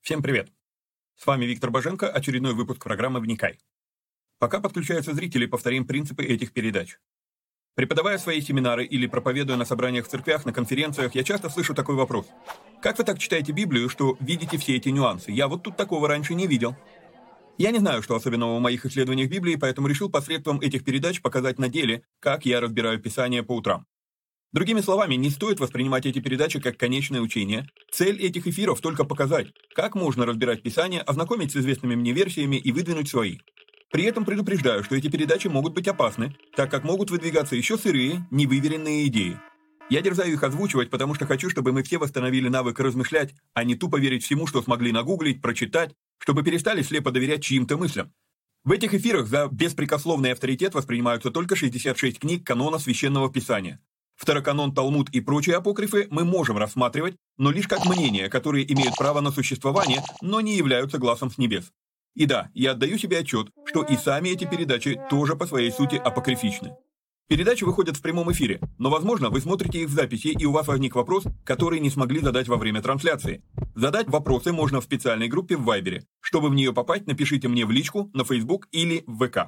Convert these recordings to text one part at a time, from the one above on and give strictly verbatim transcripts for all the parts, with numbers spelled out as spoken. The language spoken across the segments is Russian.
Всем привет! С вами Виктор Боженко, очередной выпуск программы «Вникай». Пока подключаются зрители, повторим принципы этих передач. Преподавая свои семинары или проповедуя на собраниях в церквях, на конференциях, я часто слышу такой вопрос. Как вы так читаете Библию, что видите все эти нюансы? Я вот тут такого раньше не видел. Я не знаю, что особенного в моих исследованиях Библии, поэтому решил посредством этих передач показать на деле, как я разбираю Писание по утрам. Другими словами, не стоит воспринимать эти передачи как конечное учение. Цель этих эфиров только показать, как можно разбирать Писание, ознакомить с известными мне версиями и выдвинуть свои. При этом предупреждаю, что эти передачи могут быть опасны, так как могут выдвигаться еще сырые, невыверенные идеи. Я дерзаю их озвучивать, потому что хочу, чтобы мы все восстановили навык размышлять, а не тупо верить всему, что смогли нагуглить, прочитать, чтобы перестали слепо доверять чьим-то мыслям. В этих эфирах за беспрекословный авторитет воспринимаются только шестьдесят шесть книг канона Священного Писания. Второканон, Талмуд и прочие апокрифы мы можем рассматривать, но лишь как мнения, которые имеют право на существование, но не являются гласом с небес. И да, я отдаю себе отчет, что и сами эти передачи тоже по своей сути апокрифичны. Передачи выходят в прямом эфире, но, возможно, вы смотрите их в записи, и у вас возник вопрос, который не смогли задать во время трансляции. Задать вопросы можно в специальной группе в Вайбере. Чтобы в нее попасть, напишите мне в личку, на Facebook или в ВК.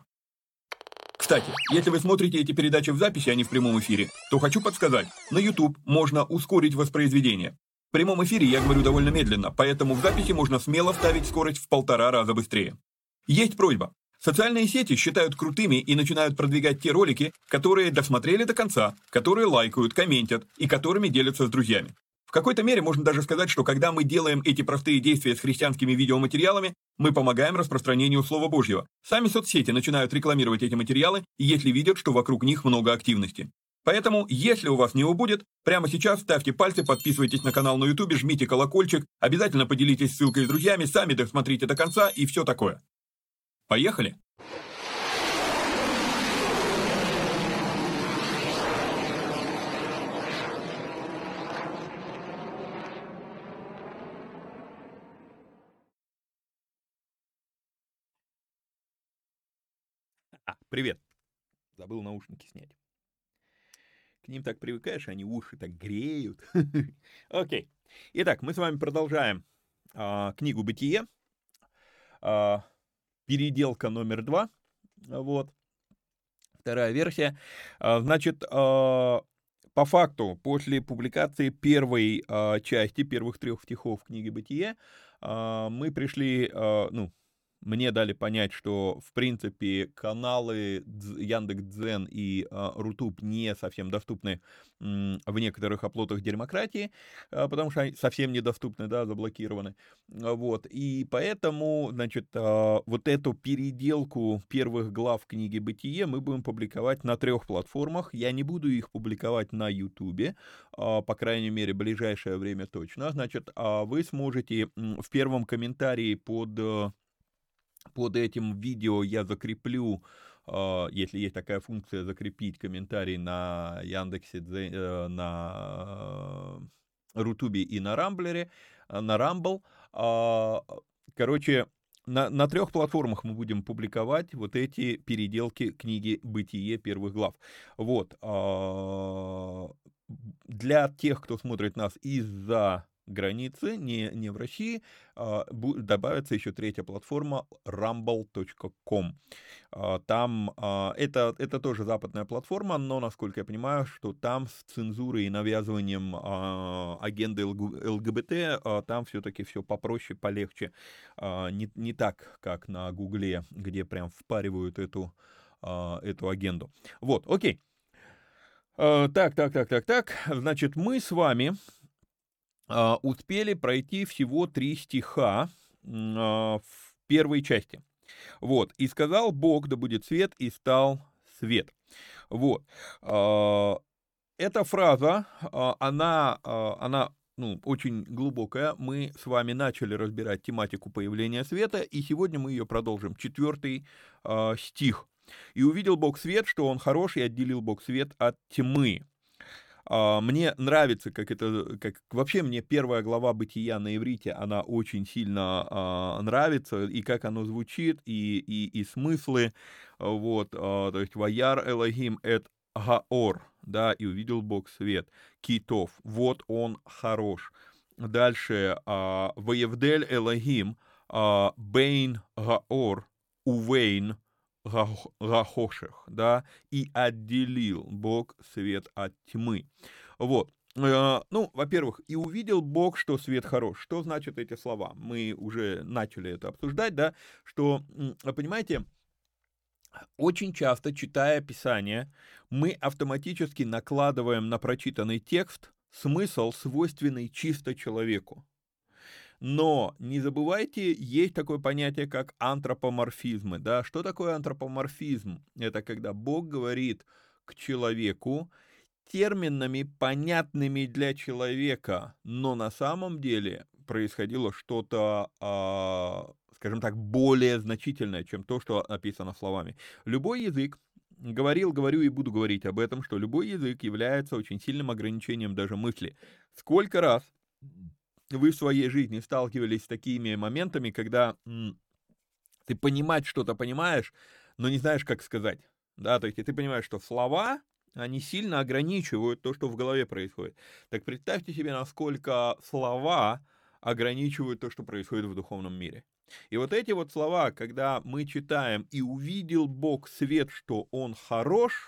Кстати, если вы смотрите эти передачи в записи, а не в прямом эфире, то хочу подсказать, на YouTube можно ускорить воспроизведение. В прямом эфире я говорю довольно медленно, поэтому в записи можно смело ставить скорость в полтора раза быстрее. Есть просьба. Социальные сети считают крутыми и начинают продвигать те ролики, которые досмотрели до конца, которые лайкают, комментят и которыми делятся с друзьями. В какой-то мере можно даже сказать, что когда мы делаем эти простые действия с христианскими видеоматериалами, мы помогаем распространению Слова Божьего. Сами соцсети начинают рекламировать эти материалы, если видят, что вокруг них много активности. Поэтому, если у вас не убудет, прямо сейчас ставьте пальцы, подписывайтесь на канал на YouTube, жмите колокольчик, обязательно поделитесь ссылкой с друзьями, сами досмотрите до конца и все такое. Поехали! А, привет. Забыл наушники снять. К ним так привыкаешь, они уши так греют. Окей. Итак, мы с вами продолжаем а, книгу «Бытие». А, переделка номер два. Вот. Вторая версия. А, значит, а, по факту, после публикации первой а, части, первых трех стихов книги «Бытие», а, мы пришли, а, ну, мне дали понять, что, в принципе, каналы Яндекс.Дзен и э, Рутуб не совсем доступны м, в некоторых оплотах демократии, э, потому что они совсем недоступны, да, заблокированы. Вот. И поэтому, значит, э, вот эту переделку первых глав книги «Бытие» мы будем публиковать на трех платформах. Я не буду их публиковать на Ютубе, э, по крайней мере, в ближайшее время точно. Значит, э, вы сможете м, в первом комментарии под... Э, Под этим видео я закреплю, если есть такая функция, закрепить комментарий на Яндексе, на Рутубе и на Рамблере, на Рамбл. Короче, на, на трех платформах мы будем публиковать вот эти переделки книги «Бытие» первых глав. Вот. Для тех, кто смотрит нас из-за границы, не, не в России, а, бу, добавится еще третья платформа рамбл точка ком. А, там а, это, это тоже западная платформа, но, насколько я понимаю, что там с цензурой и навязыванием а, агенды ЛГБТ а, там все-таки все попроще, полегче. А, не, не так, как на Гугле, где прям впаривают эту, а, эту агенду. Вот, окей. А, так, так, так, так, так. Значит, мы с вами Uh, успели пройти всего три стиха uh, в первой части. Вот. «И сказал Бог, да будет свет, и стал свет». Вот. Uh, эта фраза, uh, она, uh, она ну, очень глубокая. Мы с вами начали разбирать тематику появления света, и сегодня мы ее продолжим. Четвертый uh, стих. «И увидел Бог свет, что он хорош, и отделил Бог свет от тьмы». Мне нравится, как это, как вообще мне первая глава «Бытия» на иврите, она очень сильно а, нравится, и как оно звучит, и, и, и смыслы, вот, а, то есть «Ваяр Элохим эт гаор», да, и увидел Бог свет, китов, вот он хорош. Дальше а, Ваевдель Элогим а, Бейн Гаор Увейн Гах- Гахошех, да, и отделил Бог свет от тьмы. Вот. Э, Ну, во-первых, и увидел Бог, что свет хорош. Что значат эти слова? Мы уже начали это обсуждать, да, что, м, понимаете, очень часто, читая Писание, мы автоматически накладываем на прочитанный текст смысл, свойственный чисто человеку. Но не забывайте, есть такое понятие, как антропоморфизмы. Да? Что такое антропоморфизм? Это когда Бог говорит к человеку терминами, понятными для человека, но на самом деле происходило что-то, а, скажем так, более значительное, чем то, что описано словами. Любой язык, говорил, говорю и буду говорить об этом, что любой язык является очень сильным ограничением даже мысли. Сколько раз вы в своей жизни сталкивались с такими моментами, когда м, ты понимать что-то понимаешь, но не знаешь, как сказать. Да, то есть и ты понимаешь, что слова, они сильно ограничивают то, что в голове происходит. Так представьте себе, насколько слова ограничивают то, что происходит в духовном мире. И вот эти вот слова, когда мы читаем «И увидел Бог свет, что Он хорош»,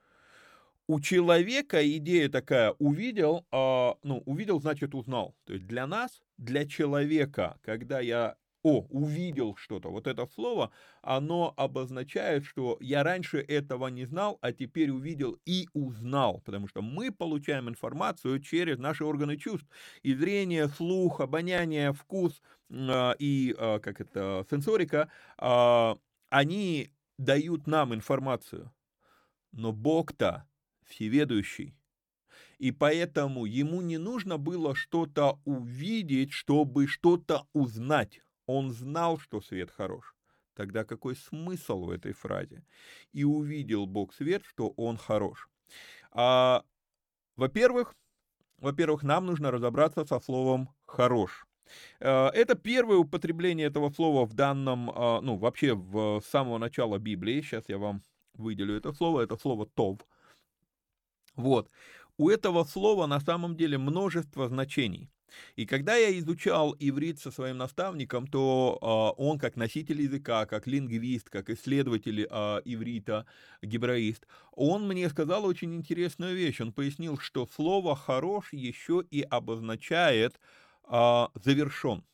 у человека идея такая: увидел, а, ну, увидел, значит, узнал. То есть для нас, для человека, когда я, о, увидел что-то, вот это слово, оно обозначает, что я раньше этого не знал, а теперь увидел и узнал, потому что мы получаем информацию через наши органы чувств: и зрение, слух, обоняние, вкус, м, а, и, а, как это, сенсорика, а, они дают нам информацию. Но Бог-то всеведущий, и поэтому ему не нужно было что-то увидеть, чтобы что-то узнать. Он знал, что свет хорош. Тогда какой смысл в этой фразе? И увидел Бог свет, что он хорош. А, во-первых, во-первых, нам нужно разобраться со словом «хорош». Э, Это первое употребление этого слова в данном, а, ну, вообще в, с самого начала Библии. Сейчас я вам выделю это слово. Это слово «тов». Вот. У этого слова на самом деле множество значений. И когда я изучал иврит со своим наставником, то а, он, как носитель языка, как лингвист, как исследователь а, иврита, гебраист, он мне сказал очень интересную вещь. Он пояснил, что слово «хорош» еще и обозначает а, «завершен».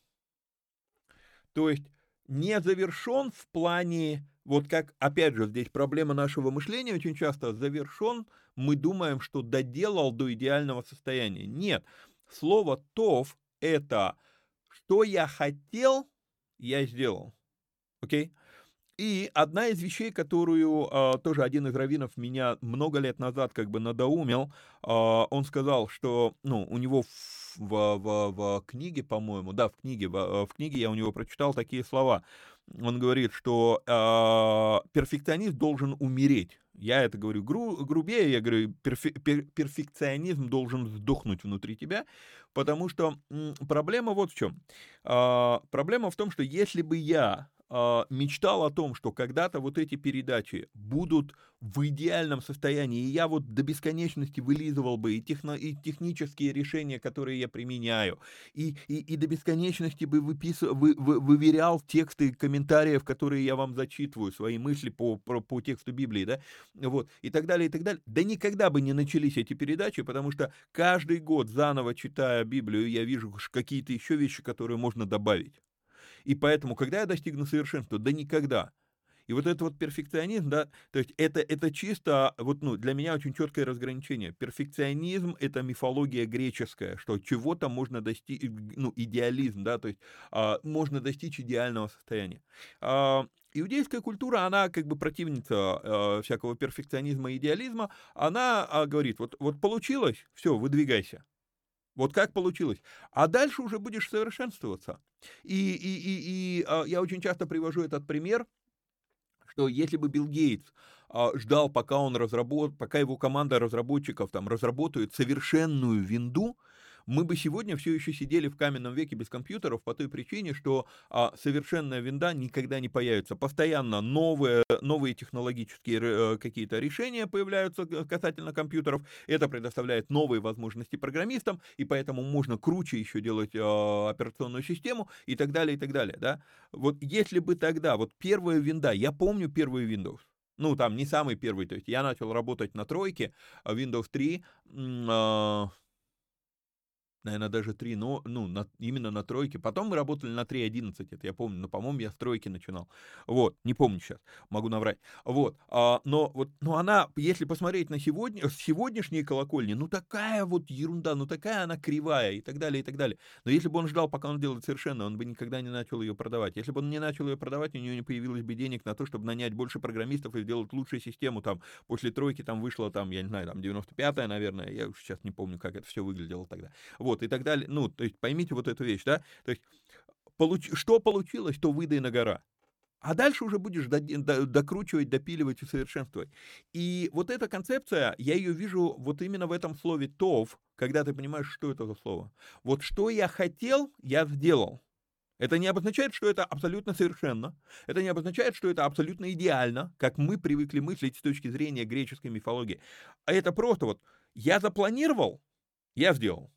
То есть не завершен в плане, вот как, опять же, здесь проблема нашего мышления очень часто: завершен, мы думаем, что доделал до идеального состояния. Нет, слово «тов» — это что я хотел, я сделал. Окей? И одна из вещей, которую а, тоже один из раввинов меня много лет назад как бы надоумил, а, он сказал, что, ну, у него в, в, в- в книге, по-моему, да, в книге, в, в книге я у него прочитал такие слова. Он говорит, что а, перфекционист должен умереть. Я это говорю гру- грубее, я говорю, перфе- пер- перфекционизм должен сдохнуть внутри тебя, потому что м, проблема вот в чем. А, проблема в том, что если бы я а, мечтал о том, что когда-то вот эти передачи будут в идеальном состоянии, и я вот до бесконечности вылизывал бы и, техно, и технические решения, которые я применяю, и, и, и до бесконечности бы выписывал, вы, вы- выверял тексты комментариев, которые я вам зачитываю, свои мысли по, по, по тексту Библии, да, вот, и так далее, и так далее. Да никогда бы не начались эти передачи, потому что каждый год, заново читая Библию, я вижу какие-то еще вещи, которые можно добавить. И поэтому, когда я достигну совершенства? Да никогда. И вот этот вот перфекционизм, да, то есть это, это чисто, вот, ну, для меня очень четкое разграничение. Перфекционизм — это мифология греческая, что чего-то можно достичь, ну, идеализм, да, то есть а, можно достичь идеального состояния. А, иудейская культура, она как бы противница а, всякого перфекционизма и идеализма. Она а, говорит: вот, вот получилось, все, выдвигайся. Вот как получилось. А дальше уже будешь совершенствоваться. И, и, и, и а, я очень часто привожу этот пример, что если бы Билл Гейтс а, ждал, пока он разработ, пока его команда разработчиков там разработает совершенную винду, мы бы сегодня все еще сидели в каменном веке без компьютеров по той причине, что а, совершенная винда никогда не появится. Постоянно новые, новые технологические э, какие-то решения появляются касательно компьютеров. Это предоставляет новые возможности программистам, и поэтому можно круче еще делать э, операционную систему и так далее, и так далее. Да? Вот если бы тогда, вот первая винда, я помню первый Windows, ну, там, не самый первый, то есть я начал работать на тройке, Windows три, э, наверное, даже три, но, ну, на, именно на тройке. Потом мы работали на три точка одиннадцать, это я помню, но, по-моему, я с тройки начинал. Вот, не помню сейчас, могу наврать. Вот, а, но вот, ну, она, если посмотреть на сегодня, сегодняшние колокольни, ну, такая вот ерунда, ну, такая она кривая и так далее, и так далее. Но если бы он ждал, пока он делает совершенно, он бы никогда не начал ее продавать. Если бы он не начал ее продавать, у него не появилось бы денег на то, чтобы нанять больше программистов и сделать лучшую систему, там, после тройки там вышло, там, я не знаю, там, девяносто пятая, наверное, я уж сейчас не помню, как это все выглядело тогда. Вот, и так далее. Ну, то есть поймите вот эту вещь, да? То есть получ... что получилось, то выдай-на гора. А дальше уже будешь до... До... докручивать, допиливать и совершенствовать. И вот эта концепция, я ее вижу вот именно в этом слове «тов», когда ты понимаешь, что это за слово. Вот что я хотел, я сделал. Это не обозначает, что это абсолютно совершенно. Это не обозначает, что это абсолютно идеально, как мы привыкли мыслить с точки зрения греческой мифологии. А это просто вот я запланировал, я сделал.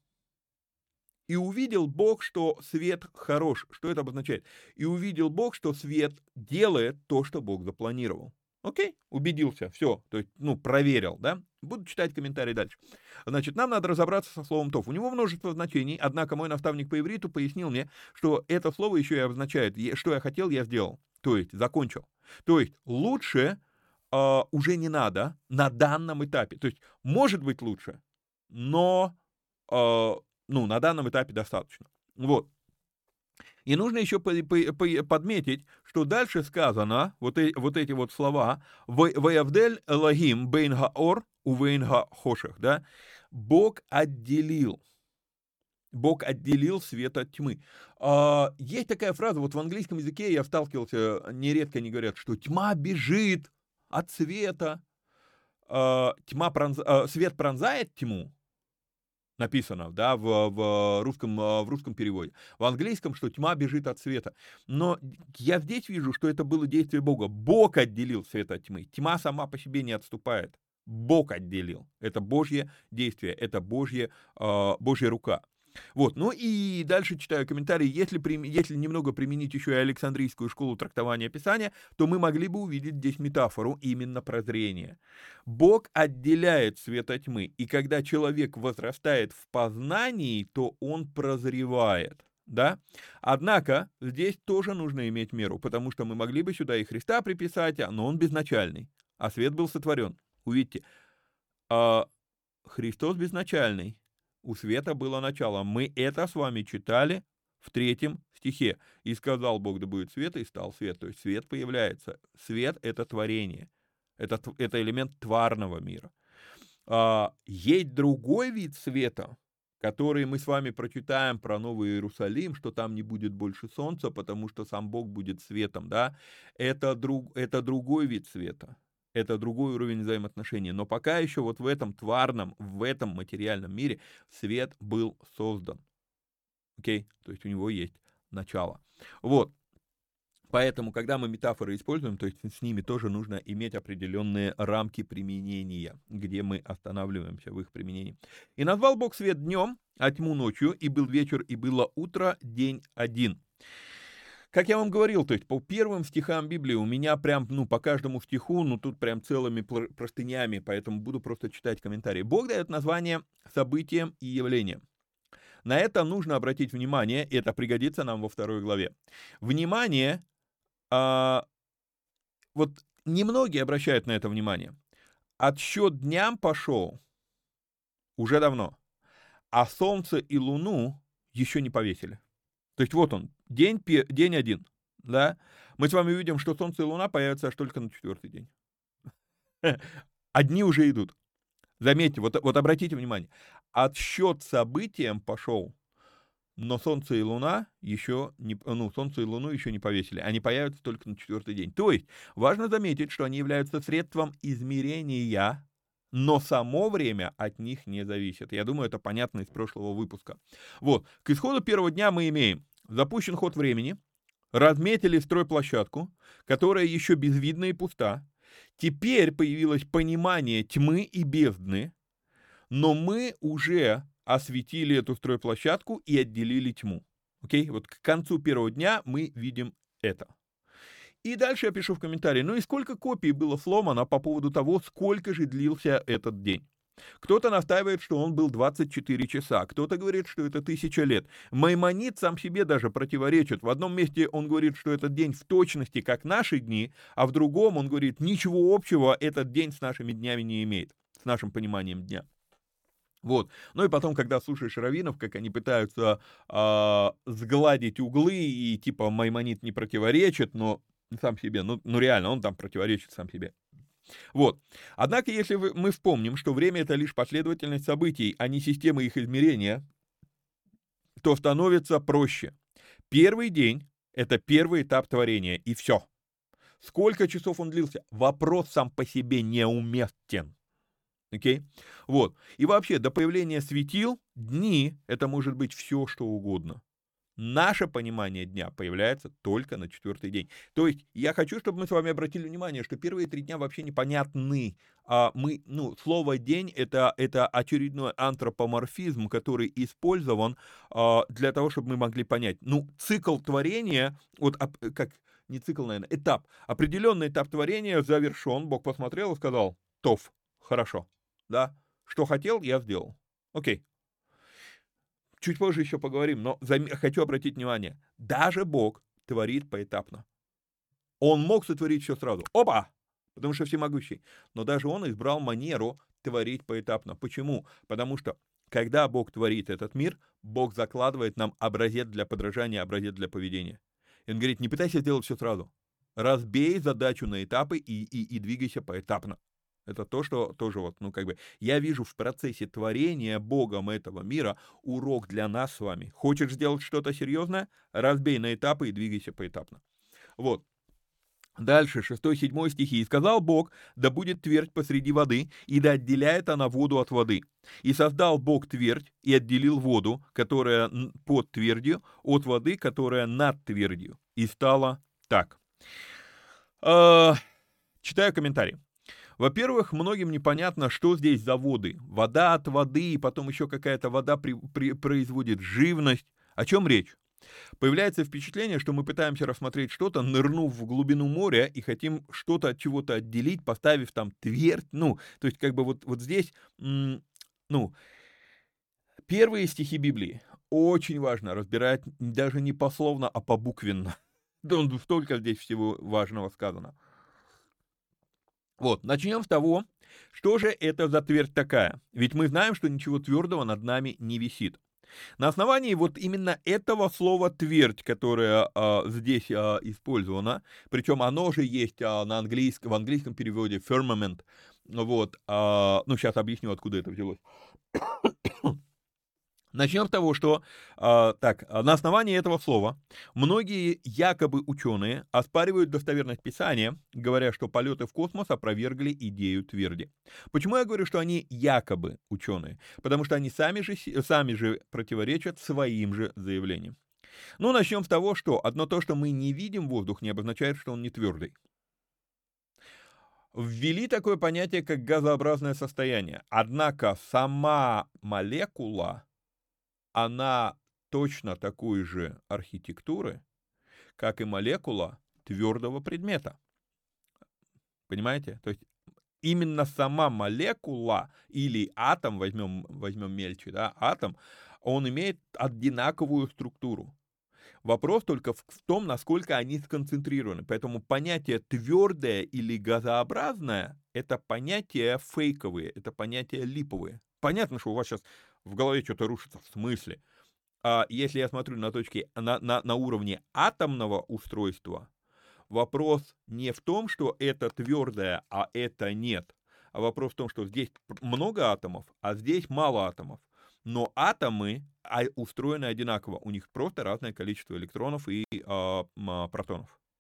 И увидел Бог, что свет хорош. Что это обозначает? И увидел Бог, что свет делает то, что Бог запланировал. Окей? Убедился. Все. То есть, ну, проверил, да? Буду читать комментарии дальше. Значит, нам надо разобраться со словом «тов». У него множество значений, однако мой наставник по ивриту пояснил мне, что это слово еще и обозначает, что я хотел, я сделал. То есть, закончил. То есть, лучше э, уже не надо на данном этапе. То есть, может быть лучше, но... Э, ну, на данном этапе достаточно. Вот. И нужно еще подметить, что дальше сказано, вот, и, вот эти вот слова, «Ваявдель Элохим бейн хаор увейн хашех», да, Бог отделил, Бог отделил свет от тьмы. А, есть такая фраза, вот в английском языке я сталкивался, нередко они говорят, что тьма бежит от света, а, тьма пронз... а, свет пронзает тьму, написано, да, в, в, русском, в русском переводе. В английском, что тьма бежит от света. Но я здесь вижу, что это было действие Бога. Бог отделил свет от тьмы. Тьма сама по себе не отступает. Бог отделил. Это Божье действие, это Божье, э, Божья рука. Вот, ну и дальше читаю комментарии. Если, если немного применить еще и Александрийскую школу трактования Писания, то мы могли бы увидеть здесь метафору именно прозрения. Бог отделяет свет от тьмы, и когда человек возрастает в познании, то он прозревает. Да? Однако здесь тоже нужно иметь меру, потому что мы могли бы сюда и Христа приписать, но он безначальный, а свет был сотворен. Увидите, Христос безначальный. У света было начало. Мы это с вами читали в третьем стихе. «И сказал Бог, да будет свет, и стал свет». То есть свет появляется. Свет — это творение. Это, это элемент тварного мира. А, есть другой вид света, который мы с вами прочитаем про Новый Иерусалим, что там не будет больше солнца, потому что сам Бог будет светом. Да? Это, друг, это другой вид света. Это другой уровень взаимоотношений. Но пока еще вот в этом тварном, в этом материальном мире свет был создан. Окей? То есть у него есть начало. Вот. Поэтому, когда мы метафоры используем, то есть с ними тоже нужно иметь определенные рамки применения, где мы останавливаемся в их применении. «И назвал Бог свет днем, а тьму ночью, и был вечер, и было утро, день один». Как я вам говорил, то есть по первым стихам Библии у меня прям, ну, по каждому стиху, ну, тут прям целыми простынями, поэтому буду просто читать комментарии. Бог дает название событиям и явлениям. На это нужно обратить внимание, и это пригодится нам во второй главе. Внимание, а, вот немногие обращают на это внимание. Отсчет дням пошел уже давно, а солнце и луну еще не повесили. То есть вот он, день, день один, да? Мы с вами увидим, что солнце и луна появятся аж только на четвертый день. Одни уже идут. Заметьте, вот, вот обратите внимание. Отсчет событиям пошел, но солнце и луна еще не, ну, солнце и луну еще не повесили. Они появятся только на четвертый день. То есть важно заметить, что они являются средством измерения, но само время от них не зависит. Я думаю, это понятно из прошлого выпуска. Вот, к исходу первого дня мы имеем запущен ход времени, разметили стройплощадку, которая еще безвидна и пуста. Теперь появилось понимание тьмы и бездны, но мы уже осветили эту стройплощадку и отделили тьму. Окей? Вот к концу первого дня мы видим это. И дальше я пишу в комментарии, ну и сколько копий было сломано по поводу того, сколько же длился этот день. Кто-то настаивает, что он был двадцать четыре часа, кто-то говорит, что это тысяча лет. Маймонид сам себе даже противоречит. В одном месте он говорит, что этот день в точности как наши дни, а в другом он говорит, ничего общего этот день с нашими днями не имеет, с нашим пониманием дня. Вот. Ну и потом, когда слушаешь раввинов, как они пытаются э, сгладить углы, и типа Маймонид не противоречит, но сам себе, ну, ну реально, он там противоречит сам себе. Вот. Однако, если мы вспомним, что время — это лишь последовательность событий, а не система их измерения, то становится проще. Первый день — это первый этап творения, и все. Сколько часов он длился? Вопрос сам по себе неуместен. Окей? Вот. И вообще, до появления светил, дни — это может быть все, что угодно. Наше понимание дня появляется только на четвертый день. То есть я хочу, чтобы мы с вами обратили внимание, что первые три дня вообще непонятны. А мы, ну, слово «день» — это, это очередной антропоморфизм, который использован а, для того, чтобы мы могли понять. Ну, цикл творения, вот как, не цикл, наверное, этап, определенный этап творения завершен. Бог посмотрел и сказал: «Тов, хорошо, да, что хотел, я сделал, окей». Чуть позже еще поговорим, но хочу обратить внимание, даже Бог творит поэтапно. Он мог сотворить все сразу. Опа! Потому что всемогущий. Но даже он избрал манеру творить поэтапно. Почему? Потому что, когда Бог творит этот мир, Бог закладывает нам образец для подражания, образец для поведения. И он говорит, не пытайся сделать все сразу. Разбей задачу на этапы и, и, и двигайся поэтапно. Это то, что тоже вот, ну, как бы, я вижу в процессе творения Богом этого мира урок для нас с вами. Хочешь сделать что-то серьезное? Разбей на этапы и двигайся поэтапно. Вот. Дальше, шестой, седьмой стихи. «И сказал Бог, да будет твердь посреди воды, и да отделяет она воду от воды. И создал Бог твердь, и отделил воду, которая под твердью, от воды, которая над твердью. И стало так». Э-э- читаю комментарий. Во-первых, многим непонятно, что здесь за воды. Вода от воды, и потом еще какая-то вода при, при, производит живность. О чем речь? Появляется впечатление, что мы пытаемся рассмотреть что-то, нырнув в глубину моря, и хотим что-то от чего-то отделить, поставив там твердь. Ну, то есть как бы вот, вот здесь, м- ну, первые стихи Библии очень важно разбирать даже не пословно, а побуквенно. Столько здесь всего важного сказано. Вот, начнем с того, что же это за твердь такая. Ведь мы знаем, что ничего твердого над нами не висит. На основании вот именно этого слова «твердь», которое а, здесь а, использовано, причем оно же есть а, на английском, в английском переводе «firmament», вот, а, ну, сейчас объясню, откуда это взялось. Начнем с того, что э, так, на основании этого слова многие якобы ученые оспаривают достоверность Писания, говоря, что полеты в космос опровергли идею тверди. Почему я говорю, что они якобы ученые? Потому что они сами же, сами же противоречат своим же заявлениям. Ну, начнем с того, что одно то, что мы не видим воздух, не обозначает, что он не твердый. Ввели такое понятие, как газообразное состояние. Однако сама молекула, она точно такой же архитектуры, как и молекула твердого предмета. Понимаете? То есть именно сама молекула или атом, возьмем, возьмем мельче, да, атом, он имеет одинаковую структуру. Вопрос только в том, насколько они сконцентрированы. Поэтому понятие твердое или газообразное — это понятия фейковые, это понятия липовые. Понятно, что у вас сейчас в голове что-то рушится. В смысле? А если я смотрю на точке, на, на, на уровне атомного устройства, вопрос не в том, что это твердое, а это нет. А вопрос в том, что здесь много атомов, а здесь мало атомов. Но атомы устроены одинаково. У них просто разное количество электронов и а, протонов.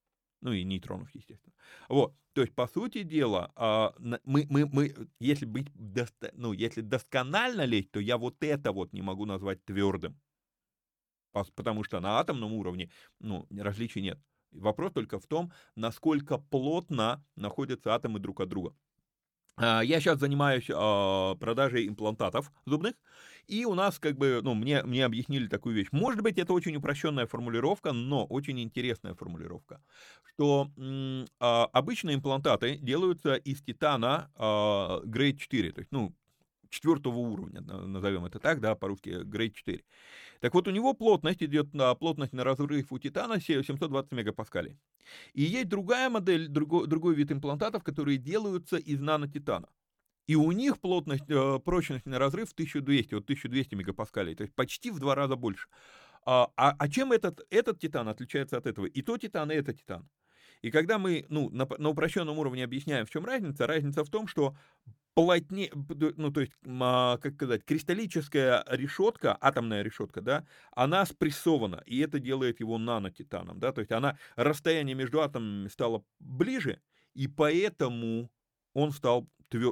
Ну и нейтронов, естественно. Вот, то есть, по сути дела, а, на- мы, мы, мы, если быть, доста- ну, если досконально лезть, то я вот это вот не могу назвать твердым, пос- потому что на атомном уровне, ну, различий нет. Вопрос только в том, насколько плотно находятся атомы друг от друга. А, Я сейчас занимаюсь а, продажей имплантатов зубных, и у нас как бы, ну, мне, мне объяснили такую вещь. Может быть, это очень упрощенная формулировка, но очень интересная формулировка, что м, а, обычно имплантаты делаются из титана а, грейд четыре, то есть, ну, четвертого уровня, на- назовем это так, да, по-русски грейд четыре. Так вот, у него плотность идет на плотность на разрыв у титана се- семьсот двадцать мегапаскалей. И есть другая модель, другой, другой вид имплантатов, которые делаются из нанотитана. И у них плотность, э, прочность на разрыв тысяча двести, вот тысяча двести мегапаскалей, то есть почти в два раза больше. А, а, а чем этот, этот титан отличается от этого? И то титан, и это титан. И когда мы, ну, на, на упрощенном уровне объясняем, в чем разница, разница в том, что плотнее, ну, то есть, а, как сказать, кристаллическая решетка, атомная решетка, да, она спрессована, и это делает его нанотитаном, да, то есть она, расстояние между атомами стало ближе, и поэтому он стал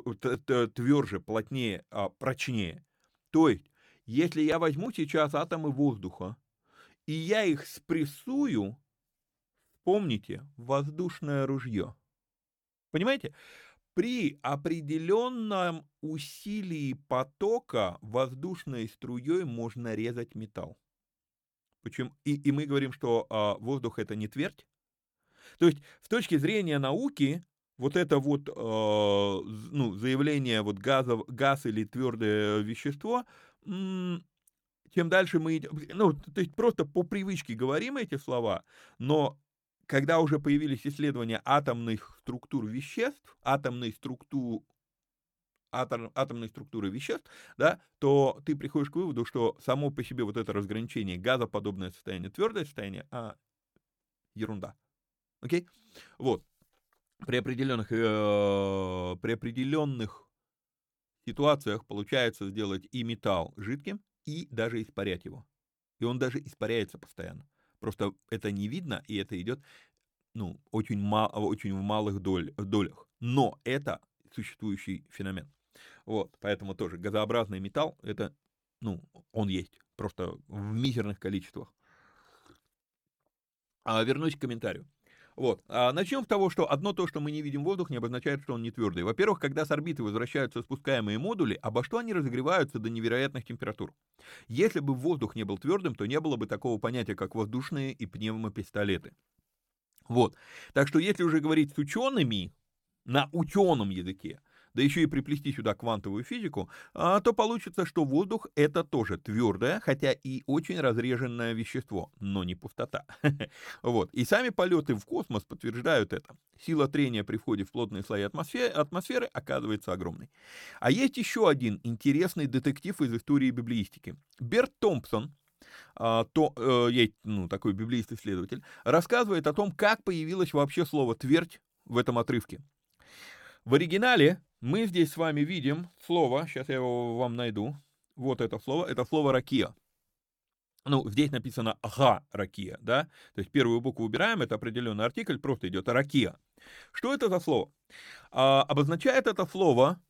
тверже, плотнее, а, прочнее. То есть, если я возьму сейчас атомы воздуха, и я их спрессую, помните, воздушное ружье. Понимаете? При определенном усилии потока воздушной струей можно резать металл. Почему? И, и мы говорим, что а, воздух это не твердь. То есть с точки зрения науки вот это вот э, ну, заявление вот газов, газ или твердое вещество, м, чем дальше мы идем, ну, то есть просто по привычке говорим эти слова, но когда уже появились исследования атомных структур веществ, атомной структуры, атом, атомной структуры веществ, да, то ты приходишь к выводу, что само по себе вот это разграничение газоподобное состояние, твердое состояние, а ерунда. Окей? Вот. При определенных, э, при определенных ситуациях получается сделать и металл жидким, и даже испарять его. И он даже испаряется постоянно. Просто это не видно, и это идет, ну, очень, мал, очень в малых доль, долях. Но это существующий феномен. Вот, поэтому тоже газообразный металл, это, ну, он есть, просто в мизерных количествах. А вернусь к комментарию. Вот. А начнем с того, что одно то, что мы не видим воздух, не обозначает, что он не твердый. Во-первых, когда с орбиты возвращаются спускаемые модули, обо что они разогреваются до невероятных температур? Если бы воздух не был твердым, то не было бы такого понятия, как воздушные и пневмопистолеты. Вот. Так что если уже говорить с учеными, на ученом языке, да еще и приплести сюда квантовую физику, а, то получится, что воздух это тоже твердое, хотя и очень разреженное вещество, но не пустота. Вот. И сами полеты в космос подтверждают это. Сила трения при входе в плотные слои атмосферы, атмосферы оказывается огромной. А есть еще один интересный детектив из истории библеистики. Берт Томпсон, а, то, э, есть, ну, такой библеист-исследователь, рассказывает о том, как появилось вообще слово «твердь» в этом отрывке. В оригинале мы здесь с вами видим слово, сейчас я его вам найду, вот это слово, это слово «ракия». Ну, здесь написано «га ракия», да, то есть первую букву убираем, это определенный артикль, просто идет «ракия». Что это за слово? А, обозначает это слово,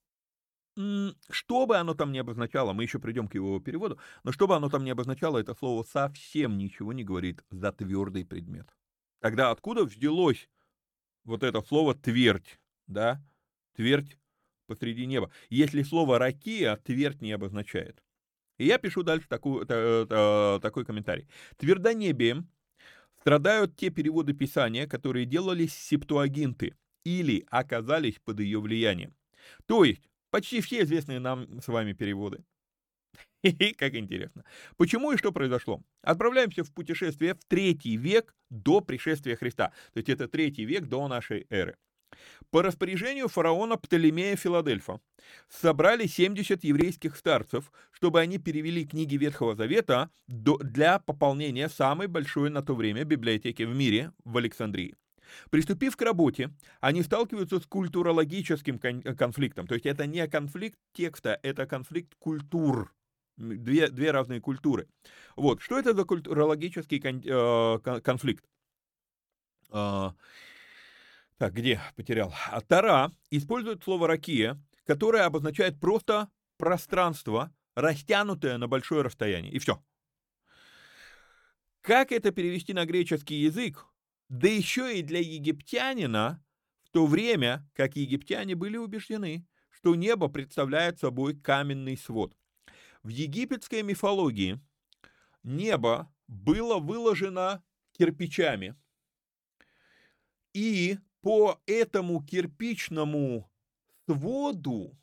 м, что бы оно там ни обозначало, мы еще придем к его переводу, но что бы оно там ни обозначало, это слово совсем ничего не говорит за твердый предмет. Тогда откуда взялось вот это слово «твердь», да, твердь посреди неба, если слово «ракия» твердь не обозначает? И я пишу дальше такую, та- та- такой комментарий. Твердонебием страдают те переводы Писания, которые делались септуагинты или оказались под ее влиянием. То есть, почти все известные нам с вами переводы. Хе-хе, как интересно. Почему и что произошло? Отправляемся в путешествие в третий век до пришествия Христа. То есть это третий век до нашей эры. По распоряжению фараона Птолемея Филадельфа собрали семьдесят еврейских старцев, чтобы они перевели книги Ветхого Завета до- для пополнения самой большой на то время библиотеки в мире в Александрии. Приступив к работе, они сталкиваются с культурологическим кон- конфликтом. То есть это не конфликт текста, это конфликт культур. М, Две, две разные культуры. Вот. Что это за культурологический кон- э, кон- конфликт? А, так, где потерял? А, Тара использует слово «ракия», которое обозначает просто пространство, растянутое на большое расстояние. И все. Как это перевести на греческий язык? Да еще и для египтянина, в то время как египтяне были убеждены, что небо представляет собой каменный свод. В египетской мифологии небо было выложено кирпичами, и по этому кирпичному своду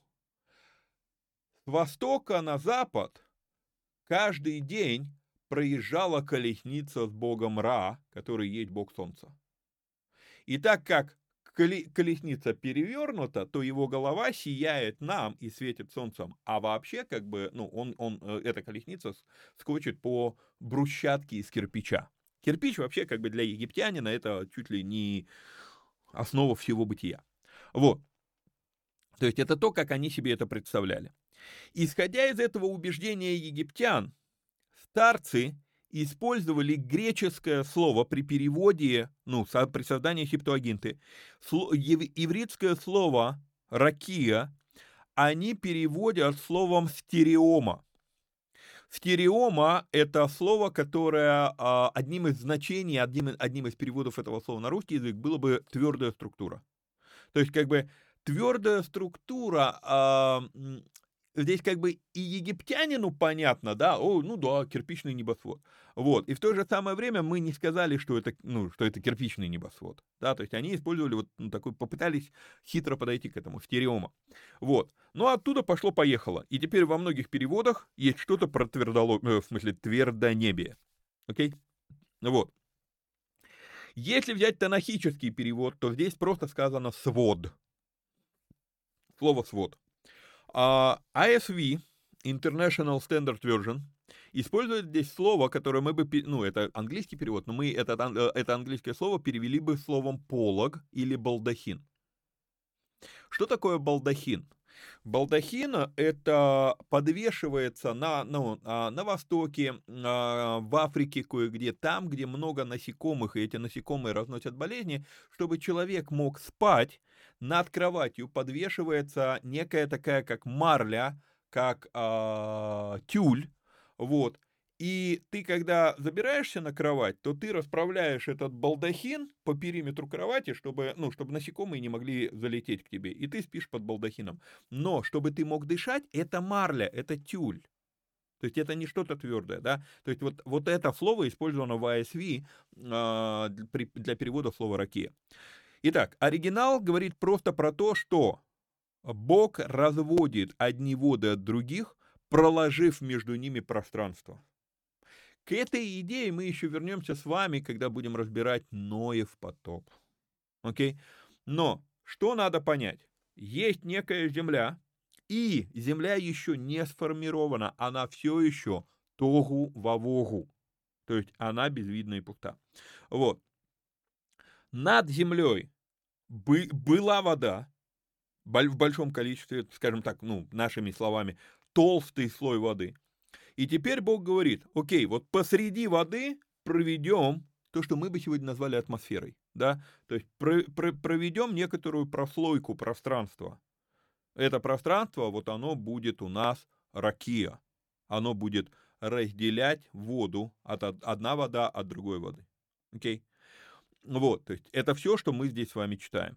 с востока на запад каждый день проезжала колесница с богом Ра, который есть бог солнца. И так как колесница перевернута, то его голова сияет нам и светит солнцем. А вообще, как бы, ну, он, он, эта колесница скочит по брусчатке из кирпича. Кирпич вообще, как бы, для египтянина это чуть ли не основа всего бытия. Вот. То есть это то, как они себе это представляли. Исходя из этого убеждения египтян, старцы использовали греческое слово при переводе, ну, при создании Септуагинты. Ивритское слово «ракия» они переводят словом «стереома». Стереома – это слово, которое а, одним из значений, одним, одним из переводов этого слова на русский язык было бы твердая структура. То есть, как бы, твердая структура, а, здесь как бы и египтянину понятно, да, о, ну да, кирпичный небосвод. Вот, и в то же самое время мы не сказали, что это, ну, что это кирпичный небосвод, да, то есть они использовали вот ну, такой, попытались хитро подойти к этому, стереома. Вот, ну оттуда пошло-поехало, и теперь во многих переводах есть что-то про твердолобие, в смысле твердонебие, окей, вот. Если взять танахический перевод, то здесь просто сказано «свод», слово «свод». Uh, ай эс ви, International Standard Version, использует здесь слово, которое мы бы, ну, это английский перевод, но мы это, это английское слово перевели бы словом полог или балдахин. Что такое балдахин? Балдахин это подвешивается на, ну, на Востоке, в Африке кое-где, там, где много насекомых, и эти насекомые разносят болезни, чтобы человек мог спать, над кроватью подвешивается некая такая, как марля, как э, тюль, вот. И ты, когда забираешься на кровать, то ты расправляешь этот балдахин по периметру кровати, чтобы, ну, чтобы насекомые не могли залететь к тебе, и ты спишь под балдахином. Но, чтобы ты мог дышать, это марля, это тюль. То есть это не что-то твердое, да? То есть вот, вот это слово использовано в ай эс ви э, для перевода слова «ракия». Итак, оригинал говорит просто про то, что Бог разводит одни воды от других, проложив между ними пространство. К этой идее мы еще вернемся с вами, когда будем разбирать Ноев потоп. Окей? Но что надо понять? Есть некая земля, и земля еще не сформирована, она все еще тогу-вавогу. То есть она безвидна и пуста. Вот. Над землей была вода, в большом количестве, скажем так, ну, нашими словами, толстый слой воды. И теперь Бог говорит, окей, вот посреди воды проведем то, что мы бы сегодня назвали атмосферой, да, то есть про, про, проведем некоторую прослойку пространства. Это пространство, вот оно будет у нас ракия, оно будет разделять воду, от одна вода от другой воды, окей. Вот, то есть это все, что мы здесь с вами читаем.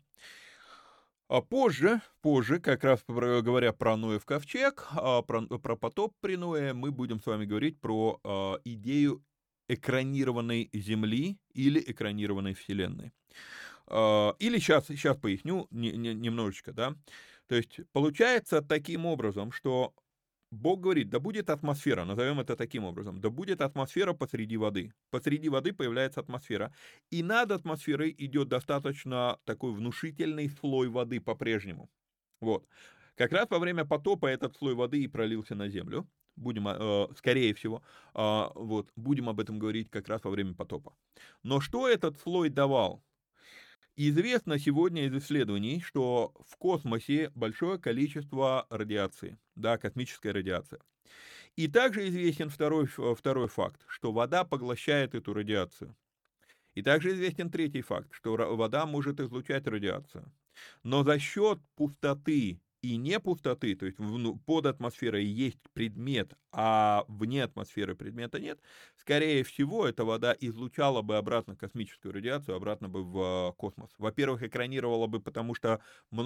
А позже, позже, как раз говоря про Ноев ковчег, про, про потоп при Ное, мы будем с вами говорить про а, идею экранированной Земли или экранированной Вселенной. А, или сейчас, сейчас поясню не, не, немножечко, да. То есть получается таким образом, что Бог говорит, да будет атмосфера, назовем это таким образом, да будет атмосфера посреди воды. Посреди воды появляется атмосфера, и над атмосферой идет достаточно такой внушительный слой воды по-прежнему. Вот. Как раз во время потопа этот слой воды и пролился на землю. Будем, э, скорее всего, э, вот, будем об этом говорить как раз во время потопа. Но что этот слой давал? Известно сегодня из исследований, что в космосе большое количество радиации, да, космическая радиация. И также известен второй, второй факт, что вода поглощает эту радиацию. И также известен третий факт, что вода может излучать радиацию. Но за счет пустоты и не пустоты, то есть под атмосферой есть предмет, а вне атмосферы предмета нет, скорее всего, эта вода излучала бы обратно космическую радиацию, обратно бы в космос. Во-первых, экранировала бы, потому что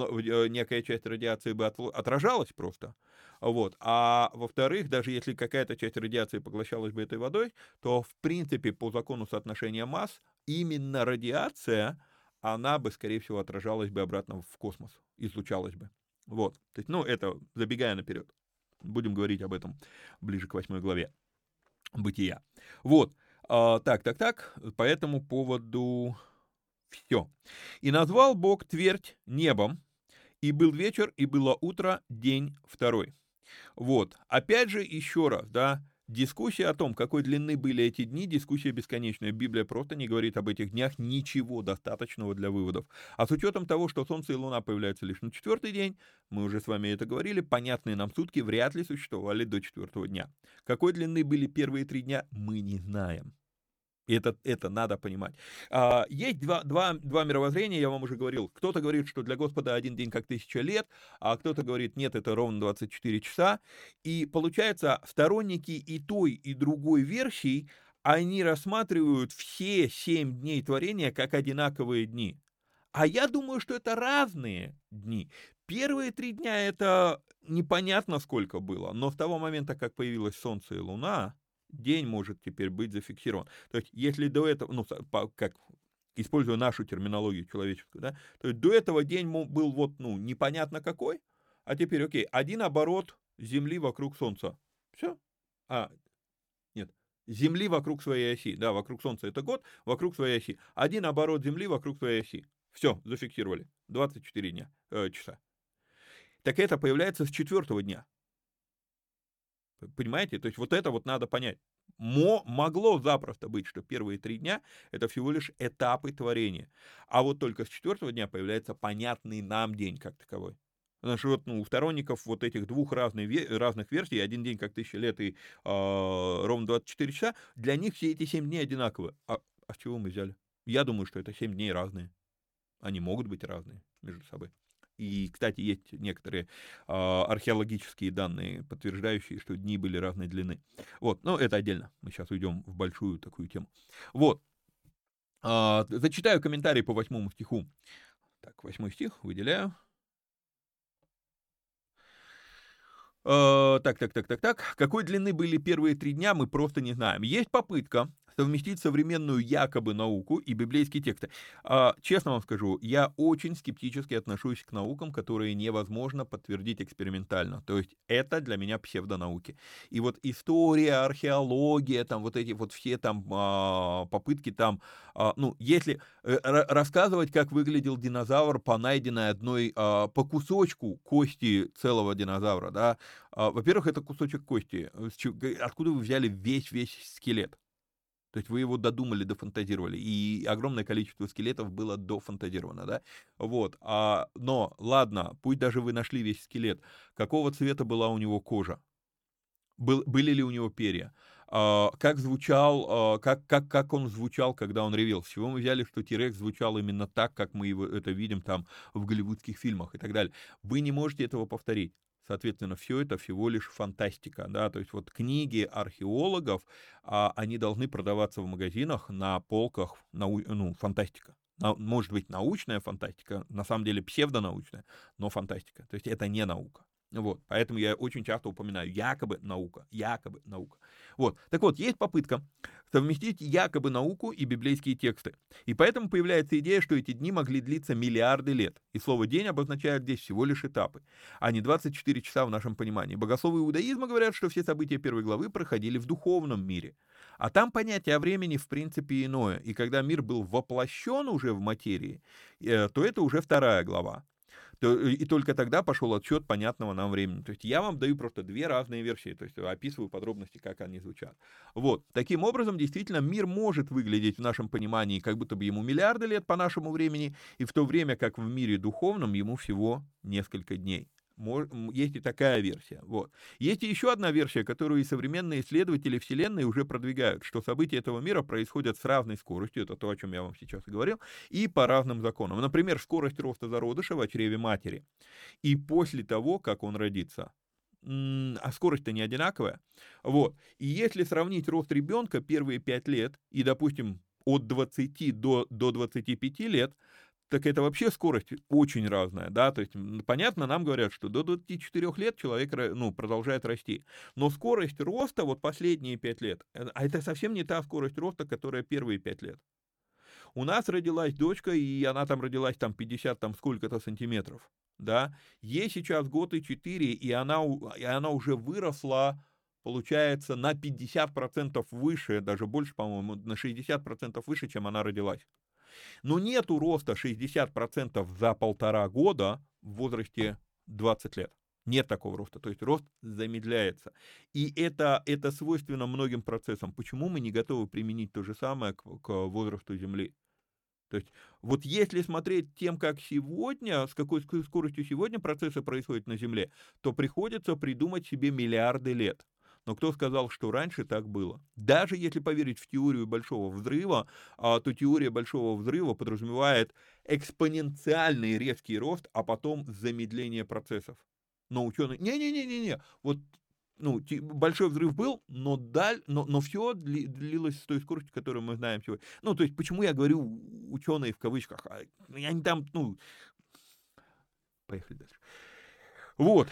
некая часть радиации бы отражалась просто, вот. А во-вторых, даже если какая-то часть радиации поглощалась бы этой водой, то, в принципе, по закону соотношения масс, именно радиация, она бы, скорее всего, отражалась бы обратно в космос, излучалась бы. Вот, то есть, ну, это забегая наперед. Будем говорить об этом ближе к восьмой главе Бытия. Вот, а, так, так, так, по этому поводу все. «И назвал Бог твердь небом, и был вечер, и было утро, день второй». Вот, опять же, еще раз, да, дискуссия о том, какой длины были эти дни, дискуссия бесконечная. Библия просто не говорит об этих днях ничего достаточного для выводов. А с учетом того, что Солнце и Луна появляются лишь на четвертый день, мы уже с вами это говорили, понятные нам сутки вряд ли существовали до четвертого дня. Какой длины были первые три дня, мы не знаем. И это, это надо понимать. А, есть два, два, два мировоззрения, я вам уже говорил. Кто-то говорит, что для Господа один день как тысяча лет, а кто-то говорит, нет, это ровно двадцать четыре часа. И получается, сторонники и той, и другой версии, они рассматривают все семь дней творения как одинаковые дни. А я думаю, что это разные дни. Первые три дня это непонятно сколько было, но с того момента, как появилось Солнце и Луна, день может теперь быть зафиксирован. То есть, если до этого, ну, как, используя нашу терминологию человеческую, да, то есть до этого день был вот, ну, непонятно какой, а теперь, окей, один оборот Земли вокруг Солнца. Все. А, нет, Земли вокруг своей оси, да, вокруг Солнца это год, вокруг своей оси. Один оборот Земли вокруг своей оси. Все, зафиксировали. двадцать четыре дня, э, часа. Так это появляется с четвертого дня. Понимаете? То есть вот это вот надо понять. Мо, могло запросто быть, что первые три дня это всего лишь этапы творения. А вот только с четвертого дня появляется понятный нам день как таковой. Потому что вот, ну, у сторонников вот этих двух разных, разных версий, один день как тысяча лет и э, ровно двадцать четыре часа, для них все эти семь дней одинаковые. А, а с чего мы взяли? Я думаю, что это семь дней разные. Они могут быть разные между собой. И, кстати, есть некоторые э, археологические данные, подтверждающие, что дни были разной длины. Вот, но это отдельно. Мы сейчас уйдем в большую такую тему. Вот. Э, зачитаю комментарий по восьмому стиху. Так, восьмой стих выделяю. Э, так, так, так, так, так. Какой длины были первые три дня, мы просто не знаем. Есть попытка совместить современную якобы науку и библейские тексты. А, честно вам скажу, я очень скептически отношусь к наукам, которые невозможно подтвердить экспериментально. То есть это для меня псевдонауки. И вот история, археология, там вот эти вот все там а, попытки там, а, ну, если э, рассказывать, как выглядел динозавр по найденной одной, а, по кусочку кости целого динозавра, да, а, во-первых, это кусочек кости. Откуда вы взяли весь-весь скелет? То есть вы его додумали, дофантазировали, и огромное количество скелетов было дофантазировано, да, вот, а, но, ладно, пусть даже вы нашли весь скелет, какого цвета была у него кожа, Был, были ли у него перья, а, как звучал, а, как, как, как он звучал, когда он ревел, с чего мы взяли, что Тирекс звучал именно так, как мы его, это видим там в голливудских фильмах и так далее, вы не можете этого повторить. Соответственно, все это всего лишь фантастика, да, то есть вот книги археологов, а, они должны продаваться в магазинах на полках, нау, ну, фантастика. На, может быть, научная фантастика, на самом деле псевдонаучная, но фантастика, то есть это не наука. Вот, поэтому я очень часто упоминаю якобы наука, якобы наука. Вот, так вот, есть попытка совместить якобы науку и библейские тексты. И поэтому появляется идея, что эти дни могли длиться миллиарды лет. И слово «день» обозначает здесь всего лишь этапы, а не двадцать четыре часа в нашем понимании. Богословы иудаизма говорят, что все события первой главы проходили в духовном мире. А там понятие о времени в принципе иное. И когда мир был воплощен уже в материи, то это уже вторая глава. И только тогда пошел отсчет понятного нам времени. То есть я вам даю просто две разные версии, то есть описываю подробности, как они звучат. Вот. Таким образом, действительно, мир может выглядеть в нашем понимании, как будто бы ему миллиарды лет по нашему времени, и в то время как в мире духовном ему всего несколько дней. Есть и такая версия. Вот. Есть и еще одна версия, которую и современные исследователи Вселенной уже продвигают, что события этого мира происходят с разной скоростью, это то, о чем я вам сейчас и говорил, и по разным законам. Например, скорость роста зародыша в чреве матери. И после того, как он родится, а скорость-то не одинаковая. Вот. И если сравнить рост ребенка первые пять лет и, допустим, от двадцати до, до двадцати пяти лет, так это вообще скорость очень разная, да, то есть, понятно, нам говорят, что до двадцати четырёх лет человек, ну, продолжает расти, но скорость роста вот последние пять лет, а это совсем не та скорость роста, которая первые пять лет. У нас родилась дочка, и она там родилась там пятьдесят там сколько-то сантиметров, да, ей сейчас год и четыре, и она, и она уже выросла, получается, на пятьдесят процентов выше, даже больше, по-моему, на шестьдесят процентов выше, чем она родилась. Но нету роста шестьдесят процентов за полтора года в возрасте двадцати лет. Нет такого роста, то есть рост замедляется. И это, это свойственно многим процессам. Почему мы не готовы применить то же самое к, к возрасту Земли? То есть вот если смотреть тем, как сегодня, с какой скоростью сегодня процессы происходят на Земле, то приходится придумать себе миллиарды лет. Но кто сказал, что раньше так было? Даже если поверить в теорию большого взрыва, то теория большого взрыва подразумевает экспоненциальный резкий рост, а потом замедление процессов. Но ученые, не-не-не-не-не, вот ну, большой взрыв был, но, даль, но, но все длилось с той скоростью, которую мы знаем сегодня. Ну, то есть, почему я говорю ученые в кавычках? Я не там, ну, поехали дальше. Вот,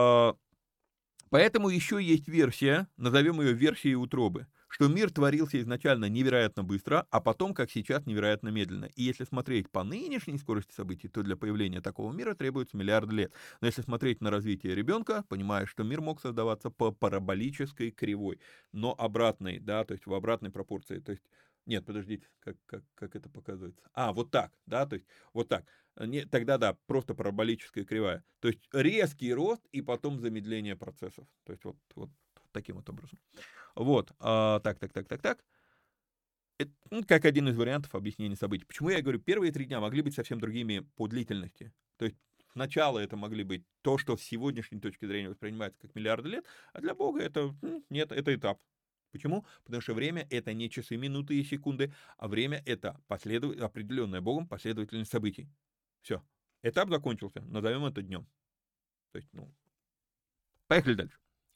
поэтому еще есть версия, назовем ее версией утробы, что мир творился изначально невероятно быстро, а потом, как сейчас, невероятно медленно. И если смотреть по нынешней скорости событий, то для появления такого мира требуется миллиарды лет. Но если смотреть на развитие ребенка, понимаешь, что мир мог создаваться по параболической кривой, но обратной, да, то есть в обратной пропорции. То есть, нет, подождите, как, как, как это показывается? А, вот так, да, то есть вот так. Не, тогда, да, просто параболическая кривая. То есть резкий рост и потом замедление процессов. То есть вот, вот таким вот образом. Вот, а, так, так, так, так, так. Это, ну, как один из вариантов объяснения событий. Почему я говорю, первые три дня могли быть совсем другими по длительности. То есть сначала это могли быть то, что с сегодняшней точки зрения воспринимается как миллиарды лет, а для Бога это, нет, это этап. Почему? Потому что время — это не часы, минуты и секунды, а время — это последов... определенная Богом последовательность событий. Все. Этап закончился. Назовем это днем. То есть, ну, поехали дальше.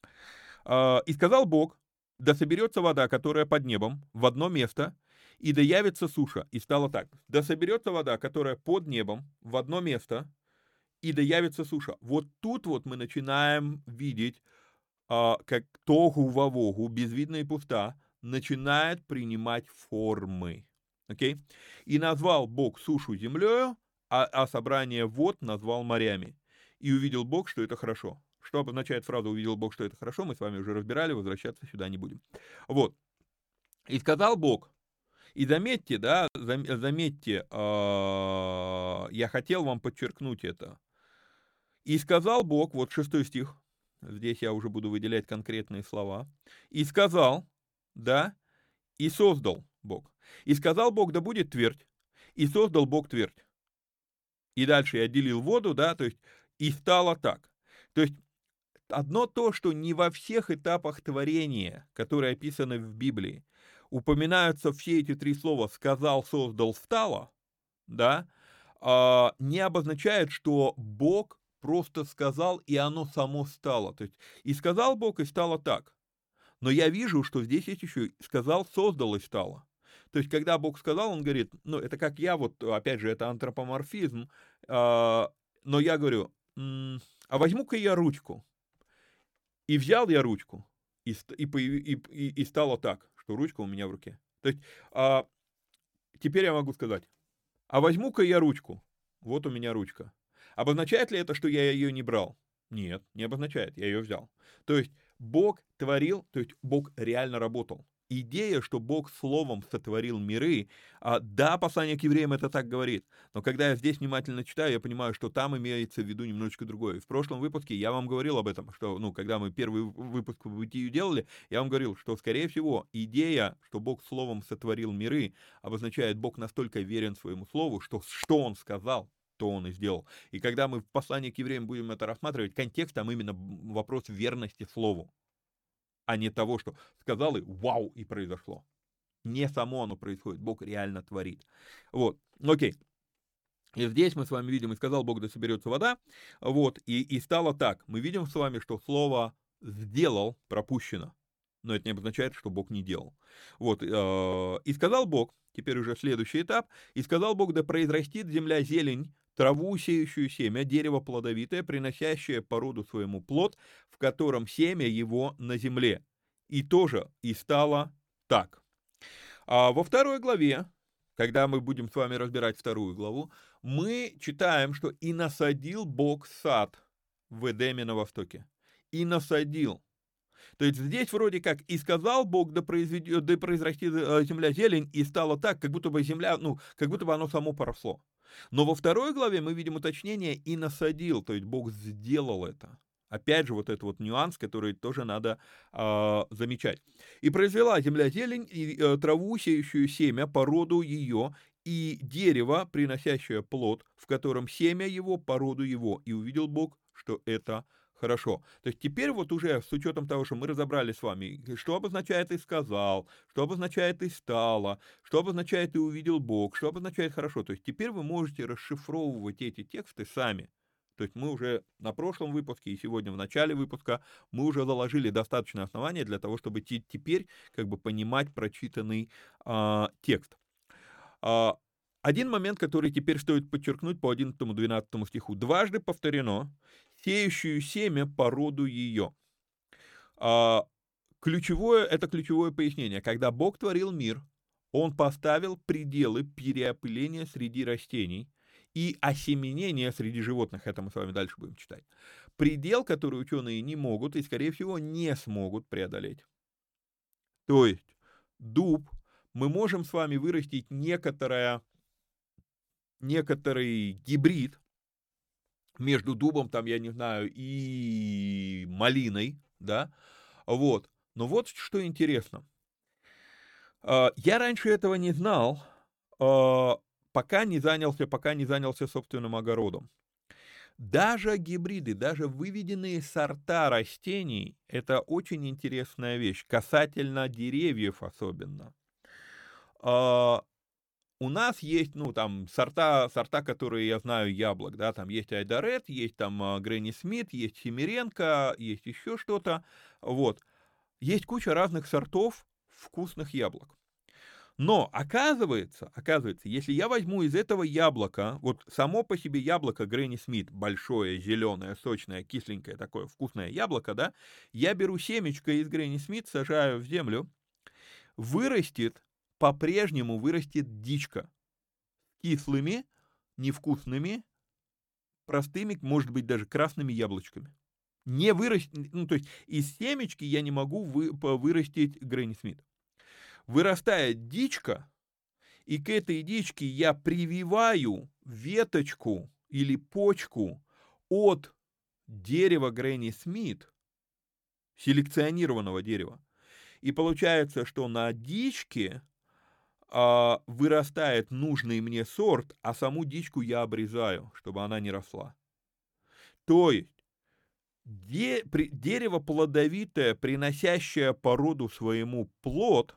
«И сказал Бог, да соберется вода, которая под небом, в одно место, и да явится суша». И стало так. Да соберется вода, которая под небом, в одно место, и да явится суша. Вот тут вот мы начинаем видеть, как тогу-вавогу, безвидная и пуста, начинает принимать формы. Окей? «И назвал Бог сушу землею, а, а собрание вод назвал морями. И увидел Бог, что это хорошо». Что обозначает фраза «увидел Бог, что это хорошо», мы с вами уже разбирали, возвращаться сюда не будем. Вот. «И сказал Бог». И заметьте, да, заметьте, я хотел вам подчеркнуть это. «И сказал Бог», вот шестой стих, здесь я уже буду выделять конкретные слова. «И сказал», да, «и создал Бог». «И сказал Бог, да будет твердь, и создал Бог твердь». И дальше я отделил воду, да, то есть «и стало так». То есть одно то, что не во всех этапах творения, которые описаны в Библии, упоминаются все эти три слова «сказал, создал, стало», да, не обозначает, что Бог просто сказал, и оно само стало. То есть «и сказал Бог, и стало так». Но я вижу, что здесь есть еще «сказал, создал, и стало». То есть, когда Бог сказал, он говорит, ну, это как я, вот, опять же, это антропоморфизм, но я говорю, а возьму-ка я ручку. И взял я ручку, и, и, и, и стало так, что ручка у меня в руке. То есть, а, теперь я могу сказать, а возьму-ка я ручку, вот у меня ручка. Обозначает ли это, что я ее не брал? Нет, не обозначает, я ее взял. То есть, Бог творил, то есть, Бог реально работал. Идея, что Бог словом сотворил миры, а, да, послание к евреям это так говорит, но когда я здесь внимательно читаю, я понимаю, что там имеется в виду немножечко другое. В прошлом выпуске я вам говорил об этом, что, ну, когда мы первый выпуск по бытию делали, я вам говорил, что, скорее всего, идея, что Бог словом сотворил миры, обозначает, Бог настолько верен своему слову, что что Он сказал, то он и сделал. И когда мы в послании к евреям будем это рассматривать, контекст там именно вопрос верности слову, а не того, что сказал и вау, и произошло. Не само оно происходит, Бог реально творит. Вот, окей. И здесь мы с вами видим, и сказал Бог, да соберется вода, вот, и, и стало так. Мы видим с вами, что слово «сделал» пропущено, но это не обозначает, что Бог не делал. Вот, э, и сказал Бог, теперь уже следующий этап, и сказал Бог, да произрастит земля зелень, траву, сеющую семя, дерево плодовитое, приносящее по роду своему плод, в котором семя его на земле. И тоже, и стало так. А во второй главе, когда мы будем с вами разбирать вторую главу, мы читаем, что «и насадил Бог сад в Эдеме на востоке». И насадил. То есть здесь вроде как «и сказал Бог, да, произведет, да произрастит земля зелень», и стало так, как будто бы земля, ну, как будто бы оно само поросло. Но во второй главе мы видим уточнение «и насадил», то есть Бог сделал это. Опять же, вот этот вот нюанс, который тоже надо э, замечать. «И произвела земля зелень, и э, траву, сеющую семя, по роду ее, и дерево, приносящее плод, в котором семя его, по роду его. И увидел Бог, что это хорошо». То есть теперь вот уже с учетом того, что мы разобрали с вами, что обозначает «и сказал», что обозначает «и стало», что обозначает «и увидел Бог», что обозначает «хорошо». То есть теперь вы можете расшифровывать эти тексты сами. То есть мы уже на прошлом выпуске и сегодня в начале выпуска мы уже заложили достаточное основание для того, чтобы теперь как бы понимать прочитанный а, текст. А, один момент, который теперь стоит подчеркнуть по одиннадцатому-двенадцатому стиху. Дважды повторено «сеющую семя по роду ее». А, ключевое, это ключевое пояснение. Когда Бог творил мир, Он поставил пределы переопыления среди растений и осеменение среди животных, это мы с вами дальше будем читать. Предел, который ученые не могут и, скорее всего, не смогут преодолеть. То есть дуб, мы можем с вами вырастить некоторое, некоторый гибрид между дубом, там, я не знаю, и малиной, да, вот. Но вот что интересно. Я раньше этого не знал, пока не занялся, пока не занялся собственным огородом. Даже гибриды, даже выведенные сорта растений – это очень интересная вещь, касательно деревьев особенно. А, у нас есть, ну, там, сорта, сорта, которые я знаю, яблок, да, там есть Айдарет, есть там Гренни Смит, есть Семеренко, есть еще что-то, вот. Есть куча разных сортов вкусных яблок. Но оказывается, оказывается, если я возьму из этого яблока, вот само по себе яблоко Гренни Смит, большое, зеленое, сочное, кисленькое такое вкусное яблоко, да, я беру семечко из Гренни Смит, сажаю в землю, вырастет, по-прежнему вырастет дичка. Кислыми, невкусными, простыми, может быть, даже красными яблочками. Не вырастет, ну, то есть из семечки я не могу вы, вырастить Гренни Смит. Вырастает дичка, и к этой дичке я прививаю веточку или почку от дерева Гренни Смит, селекционированного дерева. И получается, что на дичке а, вырастает нужный мне сорт, а саму дичку я обрезаю, чтобы она не росла. То есть де, при, дерево плодовитое, приносящее по роду своему плод,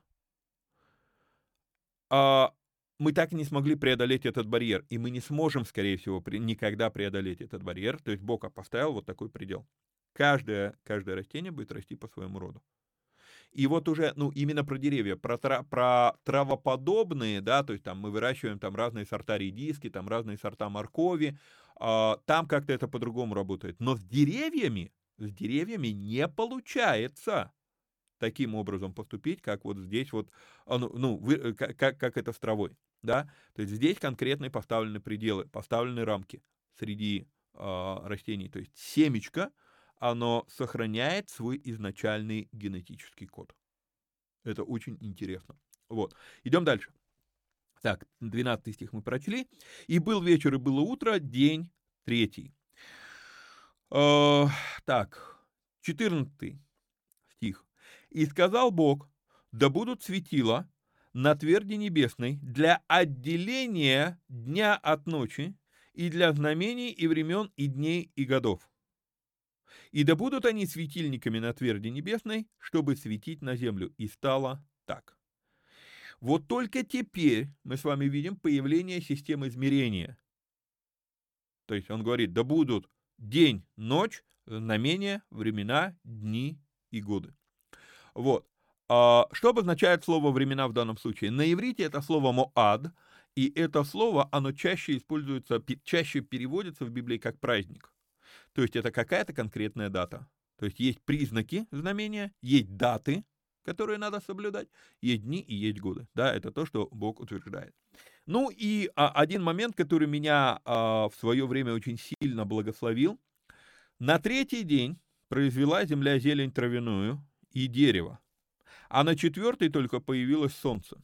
а, мы так и не смогли преодолеть этот барьер, и мы не сможем, скорее всего, при, никогда преодолеть этот барьер. То есть Бог поставил вот такой предел. Каждое, каждое растение будет расти по своему роду. И вот уже, ну, именно про деревья, про, тра, про травоподобные, да, то есть там мы выращиваем там разные сорта редиски, там разные сорта моркови, а, там как-то это по-другому работает. Но с деревьями, с деревьями не получается таким образом поступить, как вот здесь вот, ну, вы, как, как это с травой, да, то есть здесь конкретные поставлены пределы, поставлены рамки среди э, растений, то есть семечко, оно сохраняет свой изначальный генетический код. Это очень интересно. Вот, идем дальше. Так, двенадцатый стих мы прочли. «И был вечер, и было утро, день третий». Э, так, четырнадцатый стих. «И сказал Бог, да будут светила на тверди небесной для отделения дня от ночи и для знамений, и времен, и дней, и годов. И да будут они светильниками на тверди небесной, чтобы светить на землю. И стало так. Вот только теперь мы с вами видим появление системы измерения. То есть он говорит, да будут день, ночь, знамения, времена, дни и годы. Вот. А что обозначает слово «времена» в данном случае? На иврите это слово «моад», и это слово, оно чаще используется, чаще переводится в Библии как «праздник». То есть это какая-то конкретная дата. То есть есть признаки знамения, есть даты, которые надо соблюдать, есть дни и есть годы. Да, это то, что Бог утверждает. Ну и а, один момент, который меня а, в свое время очень сильно благословил. На третий день произвела земля зелень травяную и дерево, а на четвертый только появилось солнце.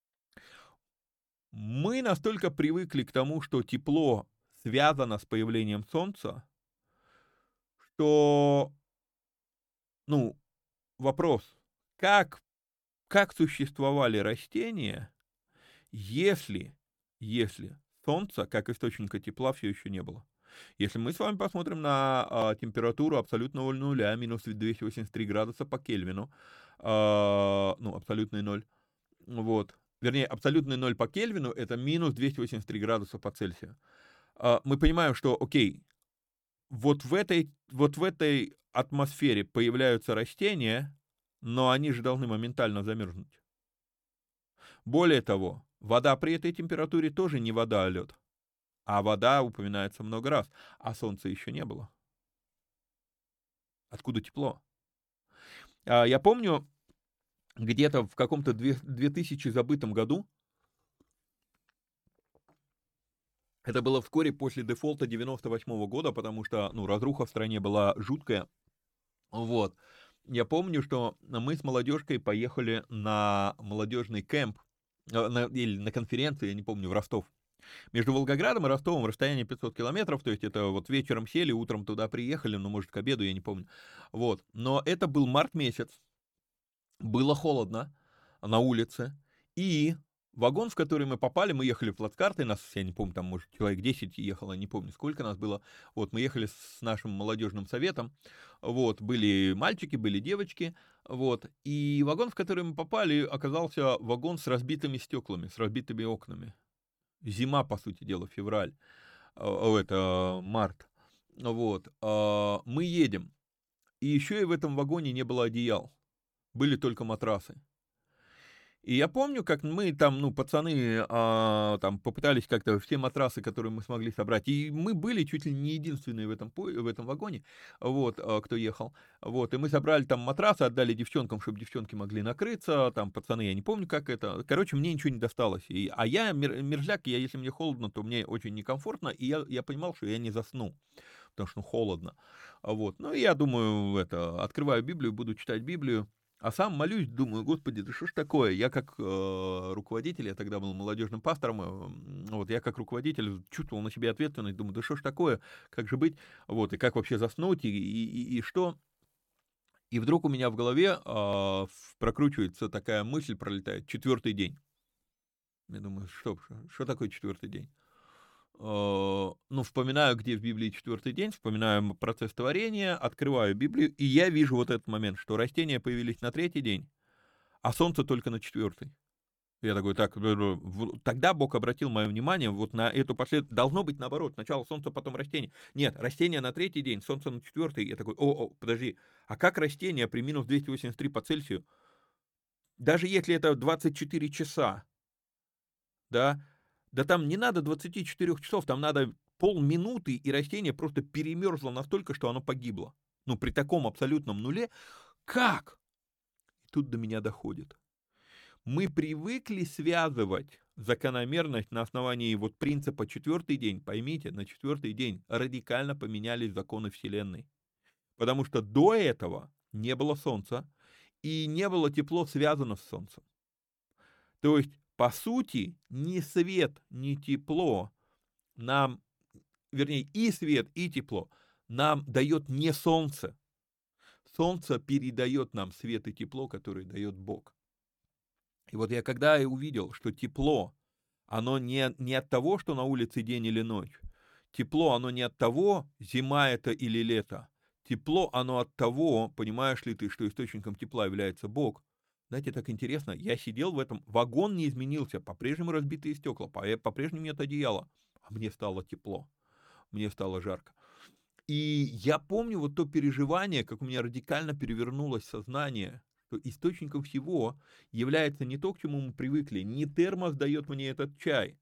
Мы настолько привыкли к тому, что тепло связано с появлением солнца, что, ну, вопрос, как, как существовали растения, если, если солнца, как источника тепла, все еще не было? Если мы с вами посмотрим на а, температуру абсолютного нуля, минус двести восемьдесят три градуса по Кельвину, а, ну, абсолютный ноль, вот, вернее, абсолютный ноль по Кельвину, это минус двести восемьдесят три градуса по Цельсию. А, мы понимаем, что, окей, вот в этой, вот в этой атмосфере появляются растения, но они же должны моментально замерзнуть. Более того, вода при этой температуре тоже не вода, а лед. А вода упоминается много раз, а солнца еще не было. Откуда тепло? А, я помню, где-то в каком-то две тысячи забытом году, это было вскоре после дефолта девяносто восьмого года, потому что, ну, разруха в стране была жуткая. Вот. Я помню, что мы с молодежкой поехали на молодежный кемп, на, или на конференцию, я не помню, в Ростов. Между Волгоградом и Ростовом расстояние пятьсот километров, то есть это вот вечером сели, утром туда приехали, ну, может, к обеду, я не помню. Вот. Но это был март месяц, было холодно на улице, и вагон, в который мы попали, мы ехали в плацкарты, нас, я не помню, там, может, человек десять ехало, не помню, сколько нас было. Вот, мы ехали с нашим молодежным советом, вот, были мальчики, были девочки, вот, и вагон, в который мы попали, оказался вагон с разбитыми стеклами, с разбитыми окнами. Зима, по сути дела, февраль, это март, вот, мы едем, и еще и в этом вагоне не было одеял, были только матрасы. И я помню, как мы там, ну, пацаны, а, там попытались как-то все матрасы, которые мы смогли собрать, и мы были чуть ли не единственные в этом, в этом вагоне, вот, а, кто ехал, вот, и мы собрали там матрасы, отдали девчонкам, чтобы девчонки могли накрыться, там, пацаны, я не помню, как это, короче, мне ничего не досталось, и, а я мерзляк, я, если мне холодно, то мне очень некомфортно, и я, я понимал, что я не засну, потому что, ну, холодно, вот, ну, и я думаю, это, открываю Библию, буду читать Библию, а сам молюсь, думаю, Господи, да что ж такое? Я как э, руководитель, я тогда был молодежным пастором, э, вот я как руководитель чувствовал на себе ответственность, думаю, да что ж такое, как же быть, вот, и как вообще заснуть, и, и, и, и что? И вдруг у меня в голове э, прокручивается такая мысль, пролетает, четвертый день. Я думаю, что, что такое четвертый день? Ну, вспоминаю, где в Библии четвертый день, вспоминаю процесс творения, открываю Библию, и я вижу вот этот момент, что растения появились на третий день, а солнце только на четвертый. Я такой, так, тогда Бог обратил мое внимание вот на эту последовательность. Должно быть наоборот, сначала солнце, потом растение. Нет, растение на третий день, солнце на четвертый. Я такой, о, о, подожди, а как растение при минус двести восемьдесят три по Цельсию, даже если это двадцать четыре часа, да, да там не надо двадцать четыре часов, там надо полминуты, и растение просто перемерзло настолько, что оно погибло. Ну, при таком абсолютном нуле. Как? И тут до меня доходит. Мы привыкли связывать закономерность на основании вот принципа четвертый день. Поймите, на четвертый день радикально поменялись законы Вселенной. Потому что до этого не было Солнца, и не было тепло связано с Солнцем. То есть, по сути, ни свет, ни тепло нам, вернее, и свет, и тепло нам дает не солнце. Солнце передает нам свет и тепло, которые дает Бог. И вот я когда и увидел, что тепло, оно не, не от того, что на улице день или ночь. тепло, оно не от того, зима это или лето. Тепло, оно от того, понимаешь ли ты, что источником тепла является Бог. Знаете, так интересно, я сидел в этом, вагон не изменился, по-прежнему разбитые стекла, по-прежнему нет одеяла, а мне стало тепло, мне стало жарко. И я помню вот то переживание, как у меня радикально перевернулось сознание, что источником всего является не то, к чему мы привыкли, не термос дает мне этот чай,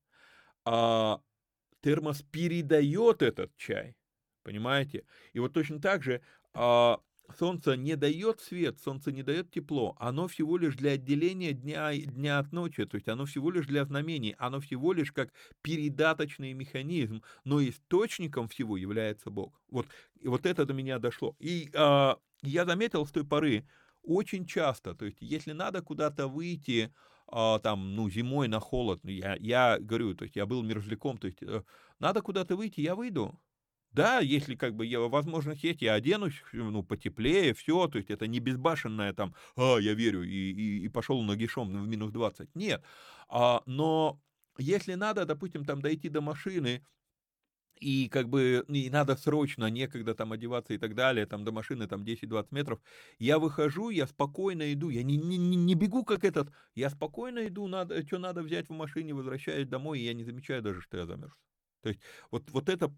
а термос передает этот чай, понимаете? И вот точно так же а, солнце не дает свет, солнце не дает тепло, оно всего лишь для отделения дня, дня от ночи, то есть оно всего лишь для знамений, оно всего лишь как передаточный механизм, но источником всего является Бог. Вот, и вот это до меня дошло. И а, я заметил с той поры, очень часто, то есть если надо куда-то выйти, а, там, ну, зимой на холод, я, я говорю, то есть я был мерзляком, то есть э, надо куда-то выйти, я выйду. Да, если как бы я, возможность есть, я оденусь, ну, потеплее, все, то есть это не безбашенное там, а, я верю, и, и, и пошел нагишом в минус двадцать. Нет, а, но если надо, допустим, там дойти до машины, и как бы и надо срочно, некогда там одеваться и так далее, там до машины там десять-двадцать метров, я выхожу, я спокойно иду, я не, не, не бегу как этот, я спокойно иду, надо, что надо взять в машине, возвращаюсь домой, и я не замечаю даже, что я замерз. То есть вот, вот эта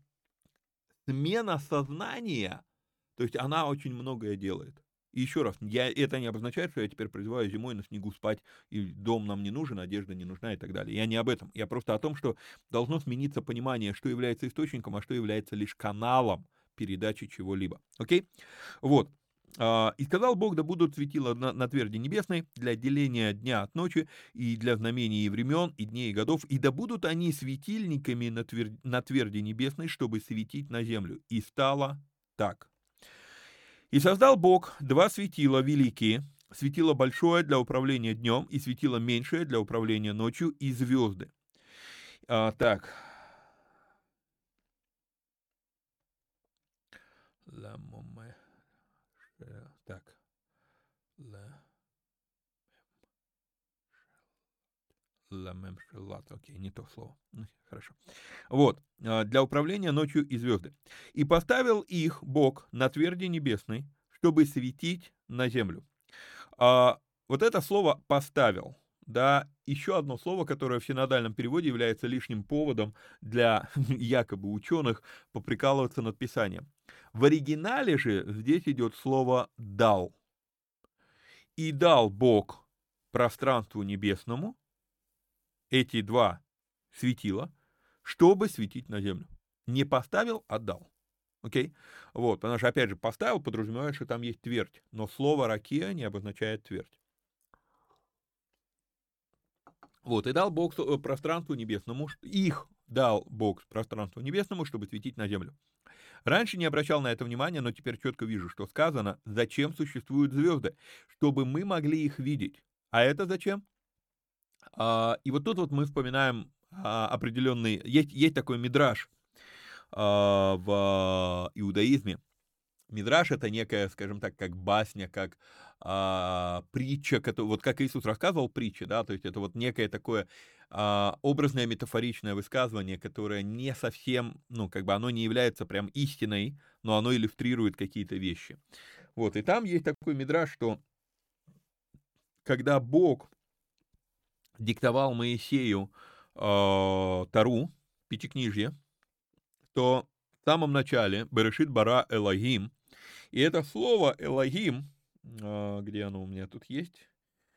смена сознания, то есть она очень многое делает. И еще раз, я, это не обозначает, что я теперь призываю зимой на снегу спать, и дом нам не нужен, одежда не нужна и так далее. Я не об этом. Я просто о том, что должно смениться понимание, что является источником, а что является лишь каналом передачи чего-либо. Окей? Вот. «И сказал Бог, да будут светила на, на тверди небесной для отделения дня от ночи, и для знамений и времен, и дней и годов, и да будут они светильниками на, твер, на тверди небесной, чтобы светить на землю. И стало так. И создал Бог два светила великие, светило большое для управления днем и светило меньшее для управления ночью, и звезды». А, так. Так. Ламемшелат, окей, не то слово. Хорошо. Вот, для управления ночью и звезды. «И поставил их Бог на тверди небесной, чтобы светить на землю». А, вот это слово «поставил», да, еще одно слово, которое в синодальном переводе является лишним поводом для якобы ученых поприкалываться над Писанием. В оригинале же здесь идет слово «дал». «И дал Бог пространству небесному» эти два светила, чтобы светить на землю. Не поставил, а дал. Окей? Вот, потому что, опять же, поставил подразумевает, что там есть твердь, но слово «ракия» не обозначает твердь. Вот, и дал Бог пространству небесному, их дал Бог пространству небесному, чтобы светить на землю. Раньше не обращал на это внимания, но теперь четко вижу, что сказано, зачем существуют звезды, чтобы мы могли их видеть. А это зачем? А, и вот тут вот мы вспоминаем а, определенный, есть, есть такой мидраш а, в иудаизме. Мидраш — это некая, скажем так, как басня, как а, притча, который, вот как Иисус рассказывал притчи, да, то есть это вот некое такое а, образное метафоричное высказывание, которое не совсем, ну, как бы оно не является прям истиной, но оно иллюстрирует какие-то вещи. Вот, и там есть такой мидраш, что когда Бог диктовал Моисею э, Тару, Пятикнижье, то в самом начале Берешит бара Элогим, и это слово Элогим, э, где оно у меня тут есть?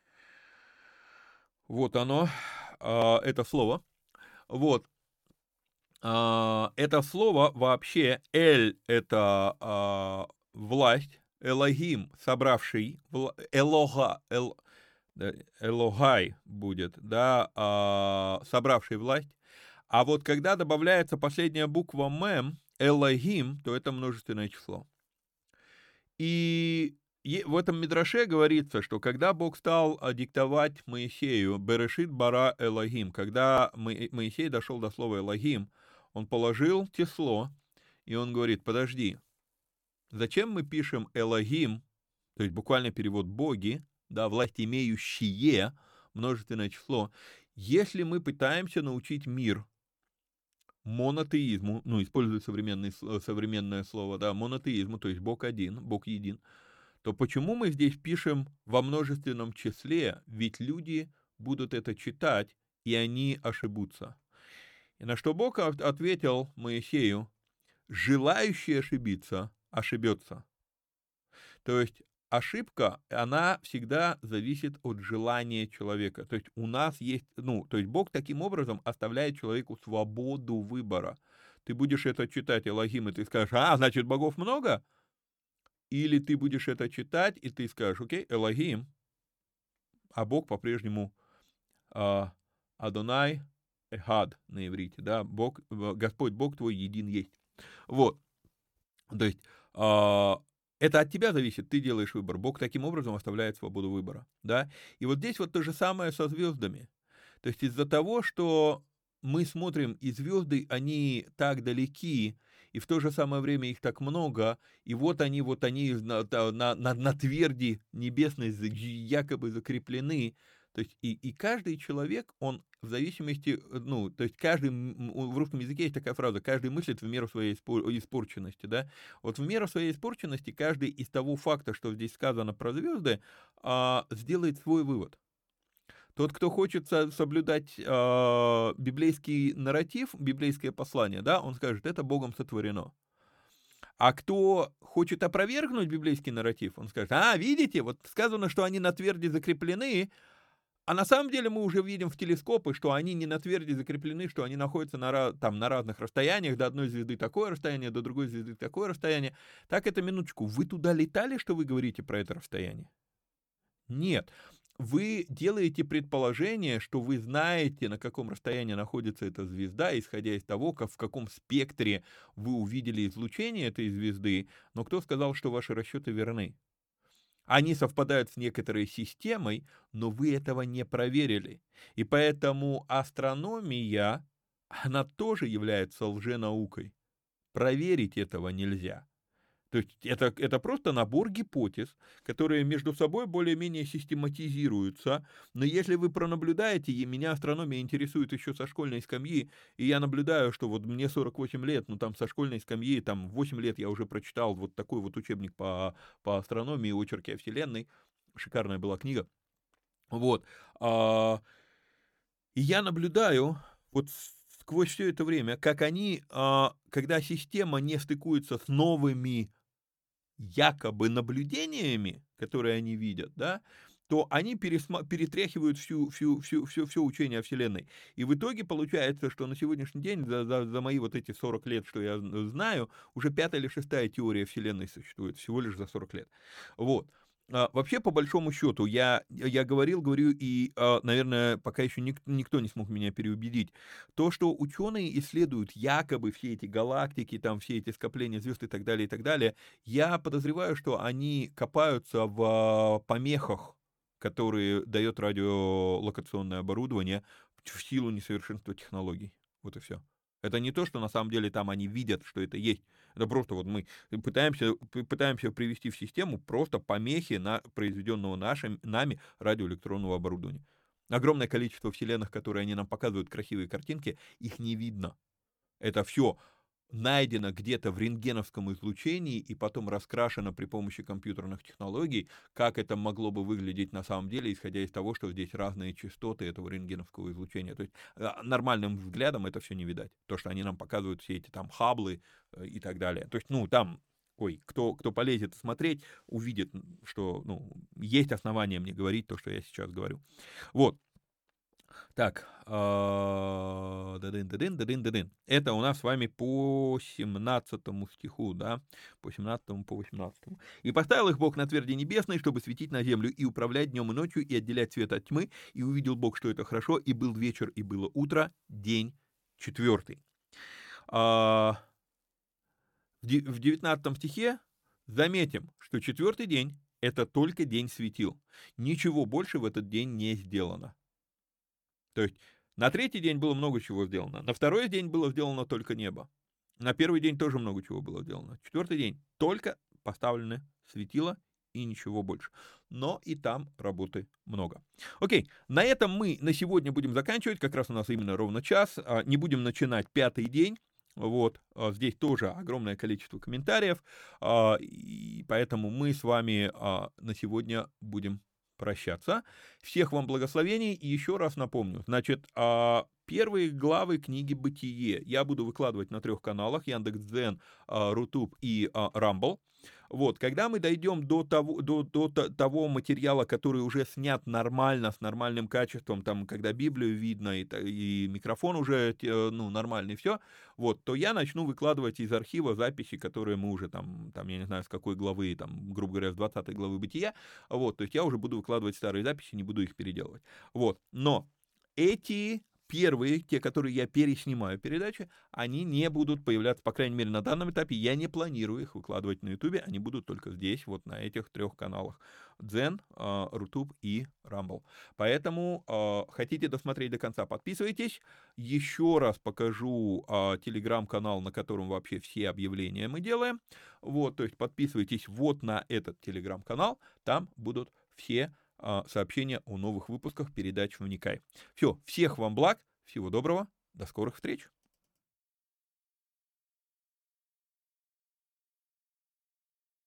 Вот оно, э, это слово. Вот. Э, это слово вообще, Эль — это э, власть, Элогим, собравший, вла, Элога, Эл, Элогай будет, да, а, собравший власть. А вот когда добавляется последняя буква «мем», Элогим, то это множественное число. И в этом мидраше говорится, что когда Бог стал диктовать Моисею «Берешит бара Элогим», когда Моисей дошел до слова «Элогим», он положил число, и он говорит: подожди, зачем мы пишем «Элогим», то есть буквальный перевод «боги», да, власть имеющие, множественное число, если мы пытаемся научить мир монотеизму, ну, используя современный, современное слово, да, монотеизму, то есть Бог один, Бог един, то почему мы здесь пишем во множественном числе? Ведь люди будут это читать, и они ошибутся. И на что Бог ответил Моисею: желающий ошибиться, ошибется. То есть ошибка, она всегда зависит от желания человека. То есть у нас есть, ну, то есть Бог таким образом оставляет человеку свободу выбора. Ты будешь это читать, Элохим, и ты скажешь: а, значит, богов много? Или ты будешь это читать, и ты скажешь: окей, Элохим, а Бог по-прежнему а, Адонай Эхад на иврите, да, Бог, Господь Бог твой един есть. Вот, то есть а, это от тебя зависит, ты делаешь выбор. Бог таким образом оставляет свободу выбора, да. И вот здесь вот то же самое со звездами. То есть из-за того, что мы смотрим, и звезды, они так далеки, и в то же самое время их так много, и вот они, вот они на, на, на, на тверди небесной якобы закреплены. То есть и, и каждый человек, он в зависимости, ну, то есть каждый, в русском языке есть такая фраза: каждый мыслит в меру своей испорченности, да. Вот в меру своей испорченности каждый из того факта, что здесь сказано про звезды, сделает свой вывод. Тот, кто хочет соблюдать э, библейский нарратив, библейское послание, да, он скажет: это Богом сотворено. А кто хочет опровергнуть библейский нарратив, он скажет: а, видите, вот сказано, что они на тверди закреплены, а на самом деле мы уже видим в телескопы, что они не на тверди закреплены, что они находятся на, там, на разных расстояниях, до одной звезды такое расстояние, до другой звезды такое расстояние. Так, это минуточку, вы туда летали, что вы говорите про это расстояние? Нет. Вы делаете предположение, что вы знаете, на каком расстоянии находится эта звезда, исходя из того, как, в каком спектре вы увидели излучение этой звезды, но кто сказал, что ваши расчеты верны? Они совпадают с некоторой системой, но вы этого не проверили. И поэтому астрономия, она тоже является лженаукой. Проверить этого нельзя. То есть это, это просто набор гипотез, которые между собой более-менее систематизируются. Но если вы пронаблюдаете, и меня астрономия интересует еще со школьной скамьи, и я наблюдаю, что вот мне сорок восемь лет, ну там со школьной скамьи, там восемь лет я уже прочитал вот такой вот учебник по, по астрономии, очерки о Вселенной. Шикарная была книга. Вот. И я наблюдаю вот сквозь все это время, как они, когда система не стыкуется с новыми якобы наблюдениями, которые они видят, да, то они пересма- перетряхивают всю, всю, всю, всю, все учение о Вселенной. И в итоге получается, что на сегодняшний день, за, за, за мои вот эти сорок лет, что я знаю, уже пятая или шестая теория Вселенной существует, всего лишь за сорок лет. Вот. А, вообще, по большому счету, я, я говорил, говорю, и, а, наверное, пока еще ник- никто не смог меня переубедить. То, что ученые исследуют якобы все эти галактики, там все эти скопления звезд и так далее, и так далее, я подозреваю, что они копаются в помехах, которые дает радиолокационное оборудование в силу несовершенства технологий. Вот и все. Это не то, что на самом деле там они видят, что это есть. Это просто вот мы пытаемся, пытаемся привести в систему просто помехи на произведенного нашим, нами радиоэлектронного оборудования. Огромное количество вселенных, которые они нам показывают, красивые картинки, их не видно. Это все найдено где-то в рентгеновском излучении и потом раскрашено при помощи компьютерных технологий, как это могло бы выглядеть на самом деле, исходя из того, что здесь разные частоты этого рентгеновского излучения. То есть нормальным взглядом это все не видать. То, что они нам показывают, все эти там хаблы и так далее. То есть, ну, там, ой, кто, кто полезет смотреть, увидит, что, ну, есть основания мне говорить то, что я сейчас говорю. Вот. Так, дадын-дадын-дадын-дадын. Это у нас с вами по семнадцатому стиху, да, по семнадцатому, по восемнадцатому. «И поставил их Бог на тверди небесной, чтобы светить на землю, и управлять днем и ночью, и отделять свет от тьмы. И увидел Бог, что это хорошо, и был вечер, и было утро, день четвертый». В девятнадцатом стихе заметим, что четвертый день – это только день светил. Ничего больше в этот день не сделано. То есть на третий день было много чего сделано, на второй день было сделано только небо, на первый день тоже много чего было сделано, четвертый день только поставлены светила и ничего больше. Но и там работы много. Окей, на этом мы на сегодня будем заканчивать, как раз у нас именно ровно час, не будем начинать пятый день. Вот, здесь тоже огромное количество комментариев, и поэтому мы с вами на сегодня будем прощаться. Всех вам благословений, и еще раз напомню, значит, первые главы книги «Бытие» я буду выкладывать на трех каналах: Яндекс.Дзен, Рутуб и Rumble. Вот, когда мы дойдем до того, до, до того материала, который уже снят нормально, с нормальным качеством, там, когда Библию видно, и, и микрофон уже, ну, нормальный, все, вот, то я начну выкладывать из архива записи, которые мы уже там, там, я не знаю, с какой главы, там, грубо говоря, с двадцатой главы Бытия, вот, то есть я уже буду выкладывать старые записи, не буду их переделывать, вот, но эти... Первые, те, которые я переснимаю передачи, они не будут появляться, по крайней мере, на данном этапе. Я не планирую их выкладывать на Ютубе, они будут только здесь, вот на этих трех каналах: Дзен, Рутуб и Rumble. Поэтому хотите досмотреть до конца, подписывайтесь. Еще раз покажу телеграм-канал, на котором вообще все объявления мы делаем. Вот, то есть подписывайтесь вот на этот телеграм-канал, там будут все сообщения о новых выпусках передач «Вникай». Все, всех вам благ, всего доброго, до скорых встреч.